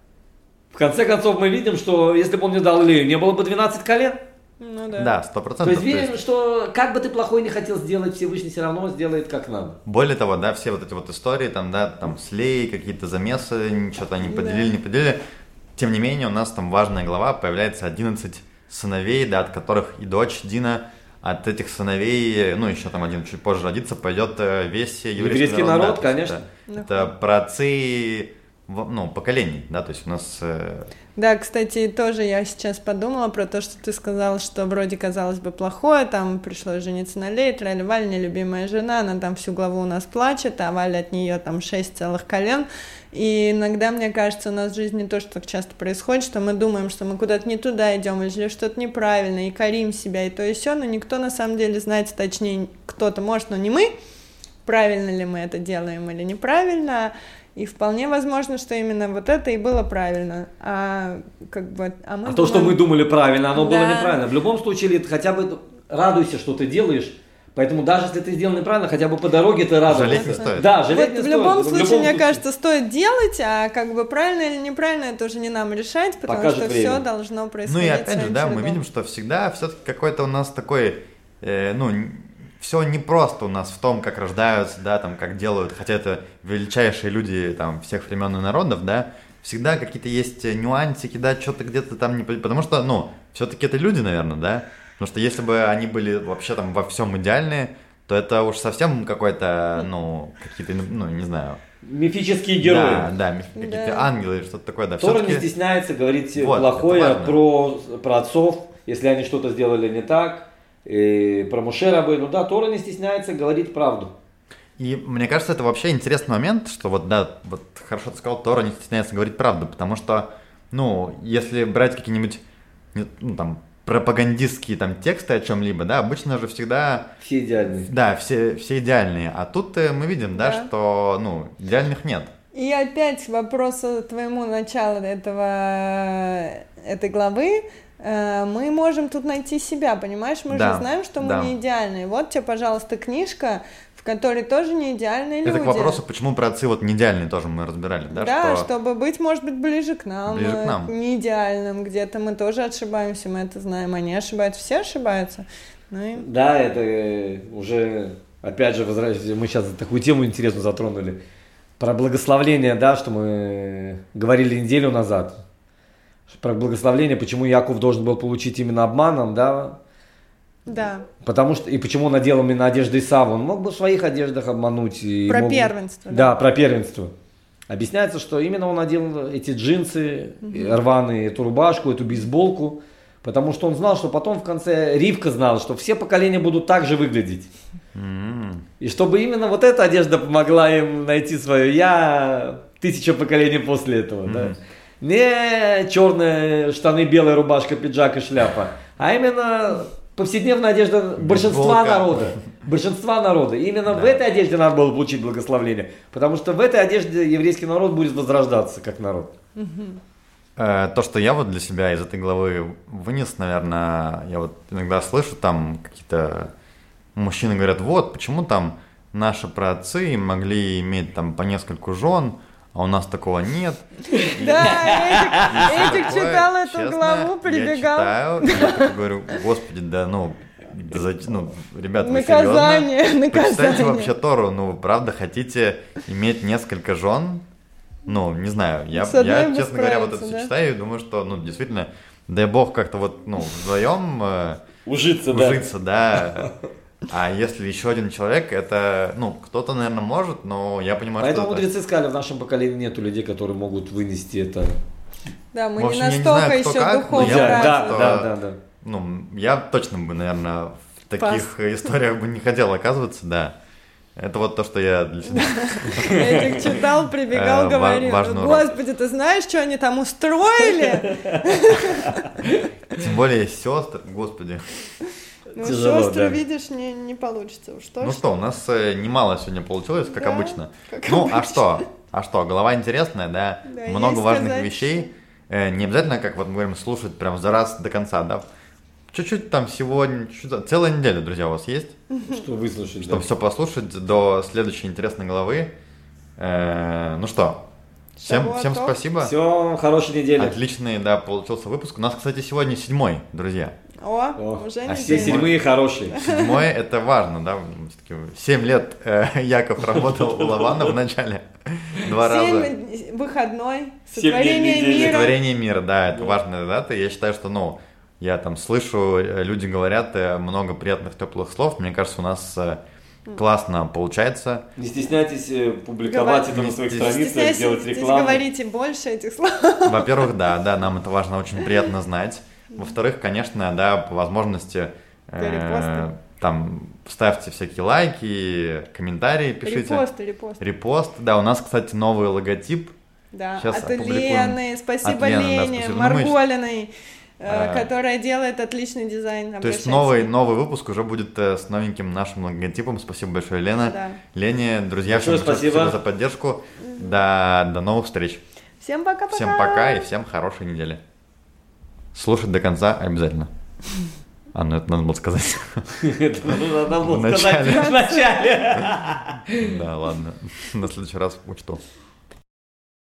в конце концов мы видим, что если бы он не дал Лею, не было бы двенадцать колен. Ну да. Да, сто процентов. То есть верим, то есть... что как бы ты плохой не хотел сделать, Всевышний все равно сделает как надо. Более того, да, все вот эти вот истории, там, да, там с Леей, какие-то замесы, что-то они поделили, да. не поделили. Тем не менее, у нас там важная глава, появляется одиннадцать сыновей, да, от которых и дочь Дина. От этих сыновей, ну, еще там один чуть позже родится, пойдет весь еврейский, еврейский народ. народ да, конечно. Это, это праотцы, ну, поколений, да, то есть у нас... Да, кстати, тоже я сейчас подумала про то, что ты сказал, что вроде казалось бы плохое, там пришлось жениться на Лее, Трали Валь, нелюбимая жена, она там всю главу у нас плачет, а Валя от нее там шесть целых колен. И иногда, мне кажется, у нас в жизни тоже так часто происходит, что мы думаем, что мы куда-то не туда идем или что-то неправильно, и корим себя, и то и сё, но никто на самом деле знает, точнее, кто-то может, но не мы, правильно ли мы это делаем или неправильно. И вполне возможно, что именно вот это и было правильно. А, как бы, а, мы а думаем... то, что мы думали правильно, оно да. было неправильно. В любом случае, хотя бы радуйся, что ты делаешь. Поэтому даже если ты сделал неправильно, хотя бы по дороге ты радуйся. Жалеть не стоит. Да, жалеть вот не в стоит. Любом случае, в любом мне случае, кажется, стоит делать, а как бы правильно или неправильно, это уже не нам решать, потому Покажет что время. все должно происходить. Ну и опять же, да, чередом. мы видим, что всегда все-таки какой-то у нас такой, э, ну, все не просто у нас в том, как рождаются, да, там, как делают, хотя это величайшие люди там всех времен и народов, да, всегда какие-то есть нюансики, да, что-то где-то там не... Потому что, ну, все-таки это люди, наверное, да, потому что если бы они были вообще там во всем идеальные, то это уж совсем какой-то, ну, какие-то, ну, не знаю... Мифические герои. Да, да, миф... да. какие-то ангелы или что-то такое, да. Тора все-таки... не стесняется говорить вот, плохое про, про отцов, если они что-то сделали не так, и про Моше Рабейну. Да, Тора не стесняется говорить правду. И мне кажется, это вообще интересный момент, что вот, да, вот хорошо ты сказал, Тора не стесняется говорить правду, потому что, ну, если брать какие-нибудь, ну, там, пропагандистские там тексты о чем-либо, да, обычно же всегда... Все идеальные. Да, все, все идеальные. А тут мы видим, да, да, что, ну, идеальных нет. И опять вопрос к твоему началу этого, этой главы. Мы можем тут найти себя, понимаешь? Мы да, же знаем, что мы да. не идеальные. Вот тебе, пожалуйста, книжка, в которой тоже не идеальные это люди. Это к вопросу, почему праотцы вот не идеальные тоже мы разбирали, да? Да, что... чтобы быть, может быть, ближе к нам, ближе к нам. Не идеальным. Где-то мы тоже ошибаемся, мы это знаем. Они ошибаются, все ошибаются. Ну и... Да, это уже, опять же, возвращаясь, мы сейчас такую тему интересную затронули. Про благословление, да, что мы говорили неделю назад. Про благословление, почему Яков должен был получить именно обманом, да? Да. Потому что, и почему он надел именно одежды Исава? Он мог бы в своих одеждах обмануть. И про мог... первенство. Да, да, про первенство. Объясняется, что именно он надел эти джинсы, угу. рваные, эту рубашку, эту бейсболку, потому что он знал, что потом в конце Ривка знала, что все поколения будут так же выглядеть. Mm. И чтобы именно вот эта одежда помогла им найти свое «я» тысяча поколений после этого. Mm. Да? Не черные штаны, белая рубашка, пиджак и шляпа, а именно повседневная одежда большинства Волка. народа. Большинства народа. Именно да. в этой одежде надо было получить благословление, потому что в этой одежде еврейский народ будет возрождаться как народ. Mm-hmm. То, что я вот для себя из этой главы вынес, наверное, я вот иногда слышу, там какие-то мужчины говорят, вот, почему там наши праотцы могли иметь там по нескольку жен, а у нас такого нет. Да, Эдик читал эту главу, прибегал. Я читаю, я говорю, господи, да ну, ну, ребята, вы наказание, серьезно? Наказание, Почитайте вообще Тору, ну, вы правда хотите иметь несколько жен? Ну, не знаю, я, я честно говоря, вот это да? читаю и думаю, что, ну, действительно, дай бог как-то вот, ну, вдвоем э, ужиться, ужиться, да. да. А если еще один человек, это, ну, кто-то, наверное, может, но я понимаю, Поэтому что... Поэтому мудрецы это... сказали, в нашем поколении нету людей, которые могут вынести это. Да, мы общем, не настолько не знаю, еще как, духовно да, да, да, да, да. Ну, я точно бы, наверное, в таких историях бы не хотел оказываться, да. Это вот то, что я для себя... Этих читал, прибегал, говорил, господи, ты знаешь, что они там устроили? Тем более сестры, господи. Ну, сестры, видишь, не, не получится уж точно. Ну что, у нас немало сегодня получилось, как обычно. Ну, а что? А что, голова интересная, да? Много важных вещей. Не обязательно, как вот мы говорим, слушать прям за раз до конца, да? Чуть-чуть там сегодня, чуть-чуть, целая неделя, друзья, у вас есть? Что выслушать, Чтобы да. все послушать до следующей интересной главы. Э-э, ну что, всем, всем спасибо. Все, хорошей недели. Отличный, да, получился выпуск. У нас, кстати, сегодня седьмой, друзья. О, О уже а все седьмые хорошие. Седьмой, это важно, да? Семь лет э, Яков работал у Лавана в начале. Два раза. Семь выходной, сотворение мира. Сотворение мира, да, это да. важная дата. Я считаю, что, ну, я там слышу, люди говорят много приятных, теплых слов. Мне кажется, у нас классно получается. Не стесняйтесь публиковать это на своих страницах, делать рекламу. Говорите больше этих слов. Во-первых, да, да, нам это важно, очень приятно знать. Во-вторых, конечно, да, по возможности э, там ставьте всякие лайки, комментарии пишите. Репост, репост. Репост, да, у нас, кстати, новый логотип. Да, сейчас от Лены, спасибо Лене, да, Марголиной. Которая делает отличный дизайн. То есть новый, новый выпуск уже будет с новеньким нашим логотипом. Спасибо большое, Лена. Да. Лене, друзья, всем спасибо. спасибо за поддержку. Mm-hmm. До, до новых встреч. Всем пока-пока. Всем пока и всем хорошей недели. Слушать до конца обязательно. А, ну это надо было сказать. Это надо было сказать в начале. Да, ладно. На следующий раз учту.